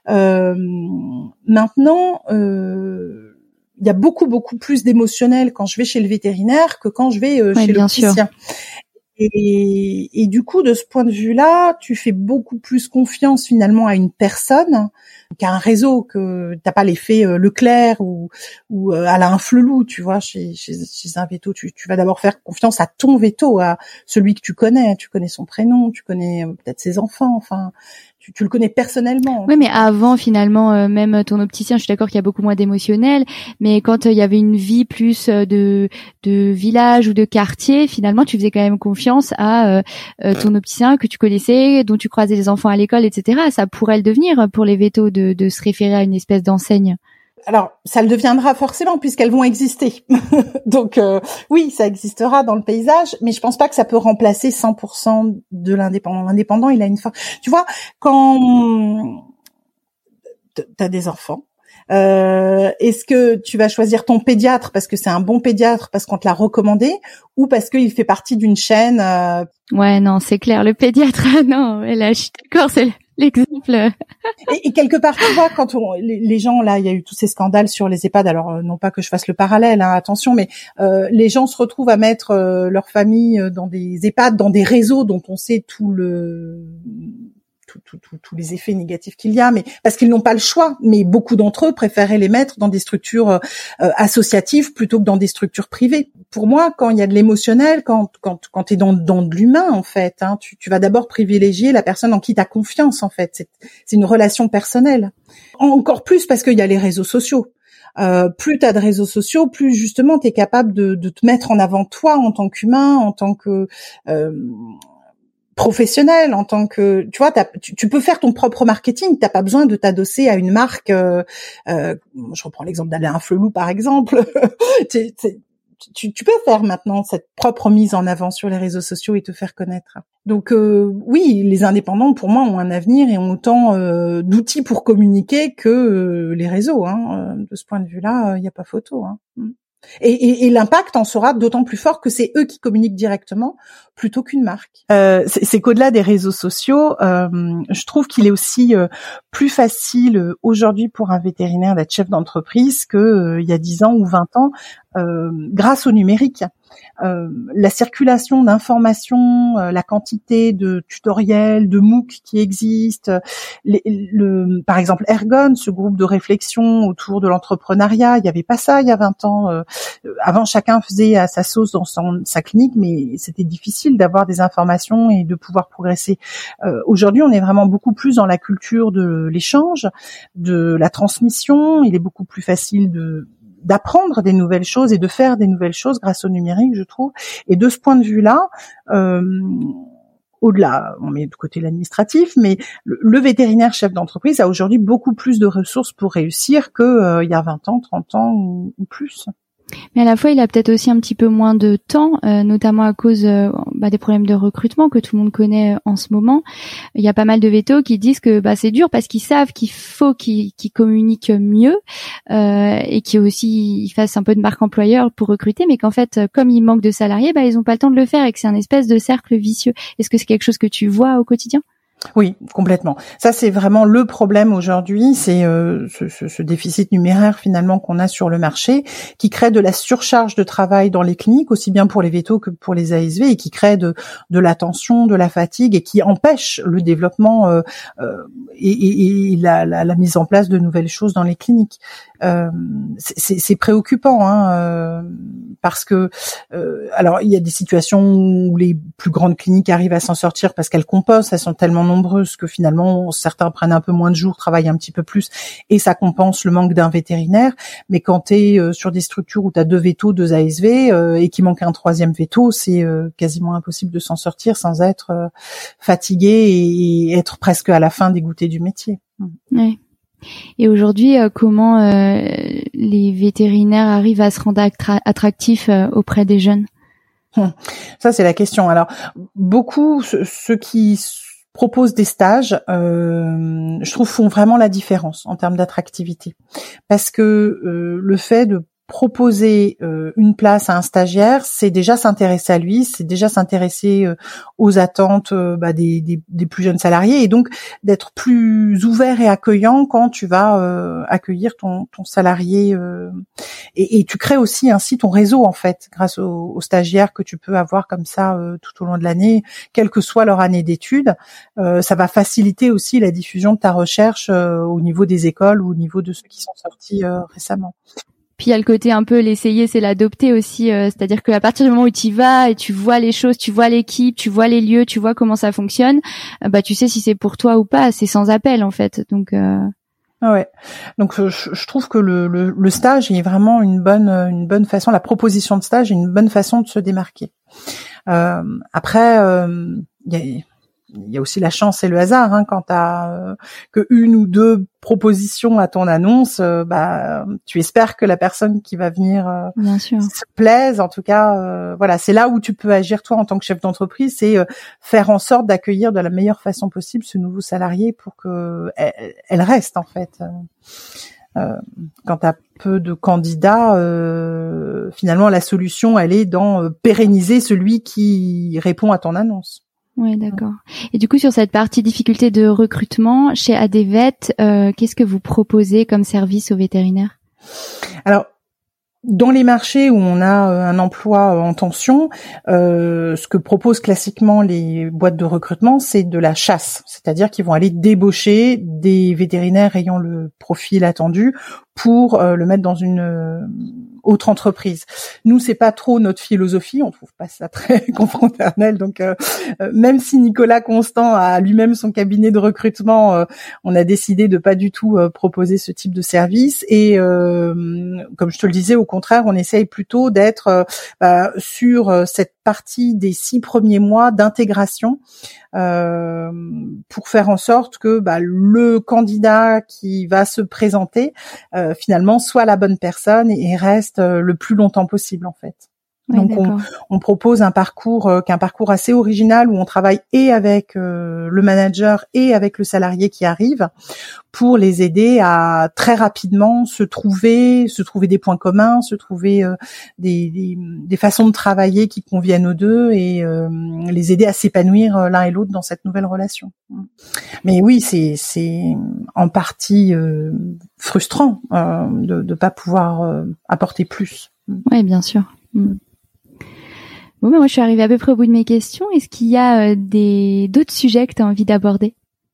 Maintenant, il y a beaucoup plus d'émotionnel quand je vais chez le vétérinaire que quand je vais chez l'opticien. Sûr. Et du coup, de ce point de vue-là, tu fais beaucoup plus confiance finalement à une personne qu'à un réseau, que t'as pas l'effet Leclerc ou Alain Flelou, tu vois, chez un véto. Tu vas d'abord faire confiance à ton véto, à celui que tu connais son prénom, tu connais peut-être ses enfants, enfin, tu le connais personnellement. Oui, mais avant, finalement, même ton opticien, je suis d'accord qu'il y a beaucoup moins d'émotionnel, mais quand il y avait une vie plus de village ou de quartier, finalement, tu faisais quand même confiance à ton opticien que tu connaissais, dont tu croisais les enfants à l'école, etc. Ça pourrait le devenir pour les vétos de se référer à une espèce d'enseigne. Alors, ça le deviendra forcément puisqu'elles vont exister. Donc, oui, ça existera dans le paysage, mais je pense pas que ça peut remplacer 100% de l'indépendant. L'indépendant, il a une force. Tu vois, quand t'as des enfants, est-ce que tu vas choisir ton pédiatre parce que c'est un bon pédiatre, parce qu'on te l'a recommandé, ou parce qu'il fait partie d'une chaîne Ouais, non, c'est clair. Le pédiatre, non, là, je suis d'accord, c'est l'exemple. Et quelque part, tu vois, quand les gens, là, il y a eu tous ces scandales sur les EHPAD, alors non pas que je fasse le parallèle, hein, attention, mais les gens se retrouvent à mettre leur famille dans des EHPAD, dans des réseaux dont on sait tous les effets négatifs qu'il y a, mais parce qu'ils n'ont pas le choix. Mais beaucoup d'entre eux préféraient les mettre dans des structures associatives plutôt que dans des structures privées. Pour moi, quand il y a de l'émotionnel, quand t'es dans de l'humain, en fait, hein, tu vas d'abord privilégier la personne en qui t'as confiance, en fait. C'est une relation personnelle. Encore plus parce qu'il y a les réseaux sociaux. Plus t'as de réseaux sociaux, plus justement t'es capable de te mettre en avant toi en tant qu'humain, en tant que professionnel, en tant que, tu vois, tu peux faire ton propre marketing. T'as pas besoin de t'adosser à une marque. Je reprends l'exemple d'Alain Flelou, par exemple. Tu peux faire maintenant cette propre mise en avant sur les réseaux sociaux et te faire connaître. Donc oui, les indépendants pour moi ont un avenir et ont autant d'outils pour communiquer que les réseaux. Hein. De ce point de vue-là, il n'y a pas photo. Hein. Et l'impact en sera d'autant plus fort que c'est eux qui communiquent directement plutôt qu'une marque. C'est qu'au-delà des réseaux sociaux, je trouve qu'il est aussi plus facile aujourd'hui pour un vétérinaire d'être chef d'entreprise que il y a 10 ans ou 20 ans grâce au numérique. La circulation d'informations, la quantité de tutoriels, de MOOC qui existent, par exemple Ergon, ce groupe de réflexion autour de l'entrepreneuriat, il n'y avait pas ça il y a 20 ans. Avant, chacun faisait à sa sauce dans sa clinique, mais c'était difficile d'avoir des informations et de pouvoir progresser. Aujourd'hui, on est vraiment beaucoup plus dans la culture de l'échange, de la transmission. Il est beaucoup plus facile d'apprendre des nouvelles choses et de faire des nouvelles choses grâce au numérique, je trouve. Et de ce point de vue-là, au-delà, on met de côté l'administratif, mais le vétérinaire chef d'entreprise a aujourd'hui beaucoup plus de ressources pour réussir que il y a 20 ans, 30 ans ou plus. Mais à la fois, il a peut-être aussi un petit peu moins de temps, notamment à cause des problèmes de recrutement que tout le monde connaît en ce moment. Il y a pas mal de vétos qui disent que c'est dur parce qu'ils savent qu'il faut qu'ils communiquent mieux et qu'ils aussi ils fassent un peu de marque employeur pour recruter, mais qu'en fait, comme il manque de salariés, ils ont pas le temps de le faire et que c'est un espèce de cercle vicieux. Est-ce que c'est quelque chose que tu vois au quotidien ? Oui, complètement. Ça, c'est vraiment le problème aujourd'hui, c'est ce déficit numéraire finalement qu'on a sur le marché, qui crée de la surcharge de travail dans les cliniques, aussi bien pour les vétos que pour les ASV, et qui crée de la tension, de la fatigue, et qui empêche le développement et la mise en place de nouvelles choses dans les cliniques. C'est préoccupant, hein, parce que alors il y a des situations où les plus grandes cliniques arrivent à s'en sortir parce qu'elles composent, elles sont tellement nombreuses que finalement certains prennent un peu moins de jours, travaillent un petit peu plus et ça compense le manque d'un vétérinaire. Mais quand tu es sur des structures où tu as 2 vétos, 2 ASV et qu'il manque un 3e véto, c'est quasiment impossible de s'en sortir sans être fatigué et être presque à la fin dégoûté du métier. Ouais. Et aujourd'hui, comment les vétérinaires arrivent à se rendre attractifs auprès des jeunes ? Ça, c'est la question. Alors, beaucoup, ceux qui proposent des stages, je trouve font vraiment la différence en termes d'attractivité, parce que le fait de proposer une place à un stagiaire, c'est déjà s'intéresser à lui, c'est déjà s'intéresser aux attentes des plus jeunes salariés, et donc d'être plus ouvert et accueillant quand tu vas accueillir ton salarié, et tu crées aussi ainsi ton réseau en fait, grâce aux stagiaires que tu peux avoir comme ça tout au long de l'année, quelle que soit leur année d'études. Ça va faciliter aussi la diffusion de ta recherche au niveau des écoles ou au niveau de ceux qui sont sortis récemment. Puis il y a le côté un peu l'essayer, c'est l'adopter aussi, c'est-à-dire qu'à partir du moment où tu y vas et tu vois les choses, tu vois l'équipe, tu vois les lieux, tu vois comment ça fonctionne, tu sais si c'est pour toi ou pas, c'est sans appel en fait. Donc ouais. Donc je trouve que le stage est vraiment une bonne façon, la proposition de stage est une bonne façon de se démarquer. Après il y a aussi la chance et le hasard, hein, quand t'as que une ou deux propositions à ton annonce, tu espères que la personne qui va venir bien sûr se plaise. En tout cas, voilà, c'est là où tu peux agir toi en tant que chef d'entreprise, c'est faire en sorte d'accueillir de la meilleure façon possible ce nouveau salarié pour que elle reste en fait. Quand t'as peu de candidats, finalement la solution elle est dans pérenniser celui qui répond à ton annonce. Oui, d'accord. Et du coup, sur cette partie difficulté de recrutement, chez ADVET, qu'est-ce que vous proposez comme service aux vétérinaires ? Alors, dans les marchés où on a un emploi en tension, ce que proposent classiquement les boîtes de recrutement, c'est de la chasse. C'est-à-dire qu'ils vont aller débaucher des vétérinaires ayant le profil attendu pour le mettre dans une autre entreprise. Nous, c'est pas trop notre philosophie, on trouve pas ça très confraternel. Donc, même si Nicolas Constant a lui-même son cabinet de recrutement, on a décidé de pas du tout proposer ce type de service. Et comme je te le disais, au contraire, on essaye plutôt d'être sur cette partie des 6 premiers mois d'intégration pour faire en sorte que le candidat qui va se présenter finalement soit la bonne personne et reste le plus longtemps possible en fait. Ouais, donc on propose un parcours assez original où on travaille et avec le manager et avec le salarié qui arrive pour les aider à très rapidement se trouver des points communs, se trouver des façons de travailler qui conviennent aux deux et les aider à s'épanouir l'un et l'autre dans cette nouvelle relation. Mais oui, c'est en partie frustrant de pas pouvoir apporter plus. Oui, bien sûr. Bon, moi je suis arrivée à peu près au bout de mes questions. Est-ce qu'il y a d'autres sujets que tu as envie d'aborder ?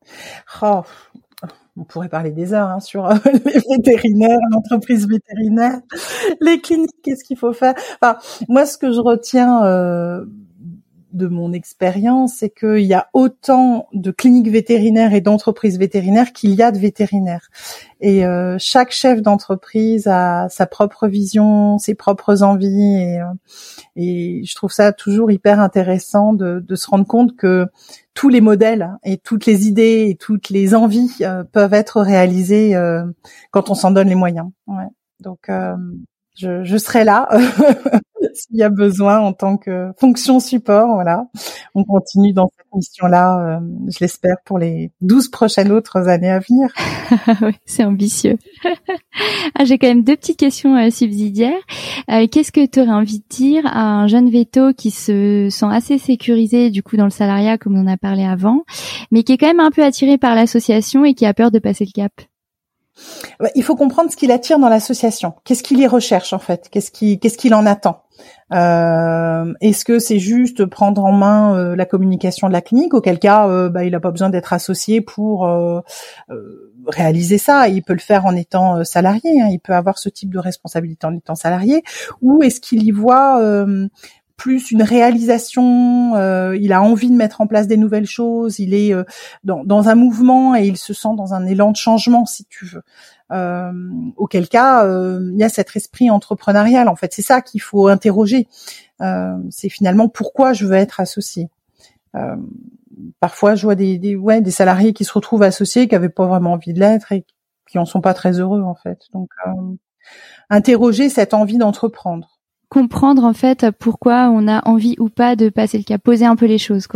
On pourrait parler des heures sur les vétérinaires, l'entreprise vétérinaire, les cliniques, qu'est-ce qu'il faut faire. Enfin, moi, ce que je retiens de mon expérience, c'est qu'il y a autant de cliniques vétérinaires et d'entreprises vétérinaires qu'il y a de vétérinaires. Et chaque chef d'entreprise a sa propre vision, ses propres envies, et je trouve ça toujours hyper intéressant de se rendre compte que tous les modèles et toutes les idées et toutes les envies peuvent être réalisées quand on s'en donne les moyens. Ouais. Donc je serai là s'il y a besoin en tant que fonction support. Voilà, on continue dans cette mission-là, je l'espère, pour les 12 prochaines autres années à venir. Oui, c'est ambitieux. J'ai quand même 2 petites questions subsidiaires. Qu'est-ce que tu aurais envie de dire à un jeune véto qui se sent assez sécurisé du coup dans le salariat, comme on en a parlé avant, mais qui est quand même un peu attiré par l'association et qui a peur de passer le cap ? Il faut comprendre ce qu'il attire dans l'association. Qu'est-ce qu'il y recherche en fait ? Qu'est-ce qu'il en attend ? Est-ce que c'est juste prendre en main la communication de la clinique, auquel cas il n'a pas besoin d'être associé pour réaliser ça, il peut le faire en étant salarié, il peut avoir ce type de responsabilité en étant salarié, ou est-ce qu'il y voit plus une réalisation, il a envie de mettre en place des nouvelles choses, il est dans un mouvement et il se sent dans un élan de changement, si tu veux. Auquel cas, il y a cet esprit entrepreneurial. En fait, c'est ça qu'il faut interroger. C'est finalement pourquoi je veux être associé. Parfois, je vois des salariés qui se retrouvent associés, qui avaient pas vraiment envie de l'être et qui en sont pas très heureux, en fait. Donc, interroger cette envie d'entreprendre. Comprendre en fait pourquoi on a envie ou pas de passer le cap, poser un peu les choses, quoi. C'est ça.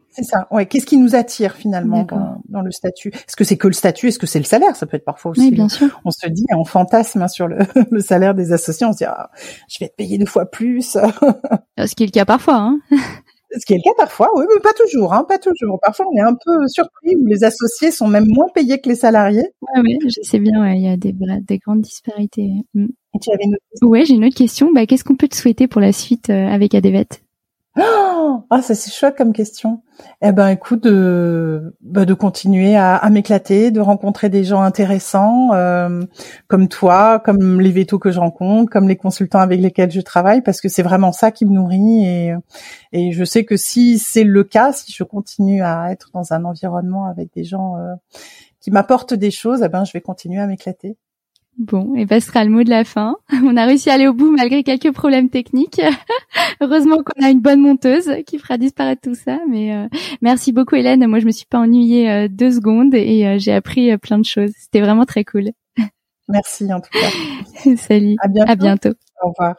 C'est ça. Ouais. Qu'est-ce qui nous attire finalement dans le statut? Est-ce que c'est que le statut? Est-ce que c'est le salaire? Ça peut être parfois aussi. Oui, bien sûr. On se dit, on fantasme sur le salaire des associés. On se dit, je vais être payé 2 fois plus. Ce qui est le cas parfois, hein. Ce qui est le cas parfois, oui, mais pas toujours, pas toujours. Parfois, on est un peu surpris où les associés sont même moins payés que les salariés. Ouais, je sais bien, ouais, il y a des grandes disparités. Et tu avais une autre question? Ouais, j'ai une autre question. Qu'est-ce qu'on peut te souhaiter pour la suite avec Adevet? Ça c'est chouette comme question. Écoute, de continuer à m'éclater, de rencontrer des gens intéressants comme toi, comme les vétos que je rencontre, comme les consultants avec lesquels je travaille, parce que c'est vraiment ça qui me nourrit et je sais que si c'est le cas, si je continue à être dans un environnement avec des gens qui m'apportent des choses, je vais continuer à m'éclater. Bon, ce sera le mot de la fin. On a réussi à aller au bout malgré quelques problèmes techniques. Heureusement qu'on a une bonne monteuse qui fera disparaître tout ça. Mais merci beaucoup Hélène. Moi, je me suis pas ennuyée 2 secondes et j'ai appris plein de choses. C'était vraiment très cool. Merci en tout cas. Salut. À bientôt. Au revoir.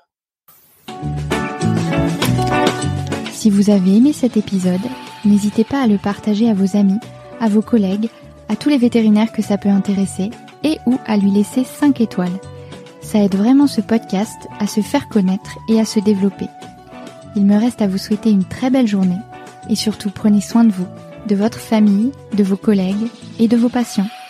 Si vous avez aimé cet épisode, n'hésitez pas à le partager à vos amis, à vos collègues, à tous les vétérinaires que ça peut intéresser et ou à lui laisser 5 étoiles. Ça aide vraiment ce podcast à se faire connaître et à se développer. Il me reste à vous souhaiter une très belle journée et surtout prenez soin de vous, de votre famille, de vos collègues et de vos patients.